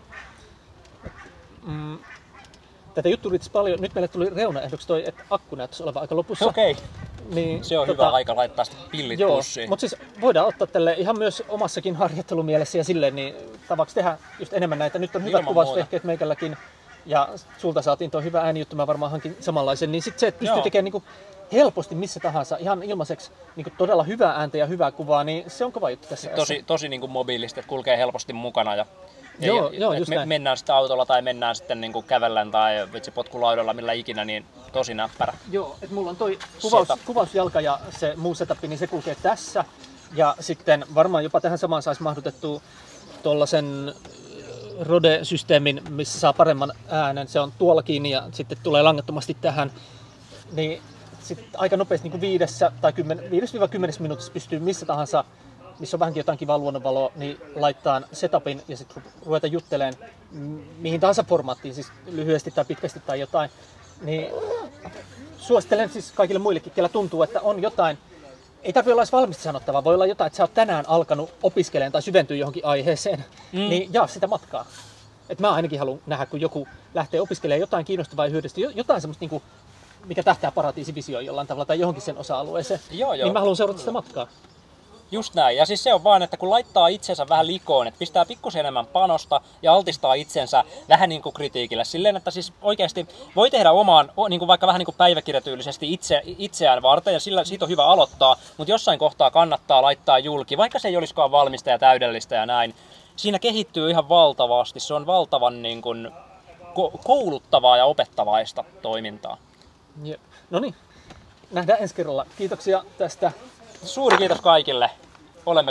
Speaker 1: Tätä juttua riittäisi paljon. Nyt meille tuli reunaehdoksi toi, että akku näyttäisi olevan aika lopussa.
Speaker 2: Okei.
Speaker 1: Niin,
Speaker 2: se on hyvä aika laittaa sitten pillit pussiin.
Speaker 1: Mutta siis voidaan ottaa tälle ihan myös omassakin harjoittelumielessä ja silleen niin tavaksi tehdä just enemmän näitä. Nyt on hyvät kuvausvehkeet meikälläkin ja sulta saatiin tuo hyvä äänijuttu, mä varmaan hankin samanlaisen. Niin sitten se, että pystyy tekemään niinku helposti missä tahansa ihan ilmaiseksi niinku todella hyvää ääntä ja hyvää kuvaa, niin se on kova juttu tässä.
Speaker 2: Tosi niinku mobiilisti, että kulkee helposti mukana ja
Speaker 1: just näin.
Speaker 2: Mennään sitten autolla tai mennään sitten niinku kävellen tai potkulaudalla millä ikinä, niin tosi näppärä.
Speaker 1: Joo, että mulla on toi kuvausjalka ja se muu setup, niin se kulkee tässä. Ja sitten varmaan jopa tähän samaan saisi mahdutettua tuollaisen Rode-systeemin, missä saa paremman äänen. Se on tuolla kiinni ja sitten tulee langattomasti tähän. Niin sitten aika nopeasti niin 5-10 minuutissa pystyy missä tahansa, missä on vähänkin jotain kivaa luonnonvaloa, niin laittaa setupin ja sitten ruveta juttelemaan mihin tahansa formaattiin, siis lyhyesti tai pitkästi tai jotain. Niin suosittelen siis kaikille muillekin, kellä tuntuu, että on jotain, ei tarvitse olla edes valmista sanottavaa, voi olla jotain, että sä oot tänään alkanut opiskelemaan tai syventyä johonkin aiheeseen, niin jaa sitä matkaa. Et mä ainakin haluan nähdä, kun joku lähtee opiskelemaan jotain kiinnostavaa ja hyödyllistä, jotain semmoista, niin kuin, mikä tähtää paratiisivisioon jollain tavalla tai johonkin sen osa-alueeseen, niin mä haluan seurata sitä matkaa.
Speaker 2: Just näin. Ja siis se on vaan, että kun laittaa itsensä vähän likoon, että pistää pikkusen enemmän panosta ja altistaa itsensä vähän niin kuin kritiikille. Silleen, että siis oikeasti voi tehdä omaan, niin kuin vaikka vähän niin kuin päiväkirjatyylisesti itseään varten ja siitä on hyvä aloittaa, mutta jossain kohtaa kannattaa laittaa julki, vaikka se ei olisikaan valmista ja täydellistä ja näin. Siinä kehittyy ihan valtavasti. Se on valtavan niin kuin kouluttavaa ja opettavaista toimintaa.
Speaker 1: No niin, nähdään ensi kerralla. Kiitoksia tästä.
Speaker 2: Suuri kiitos kaikille. Olemme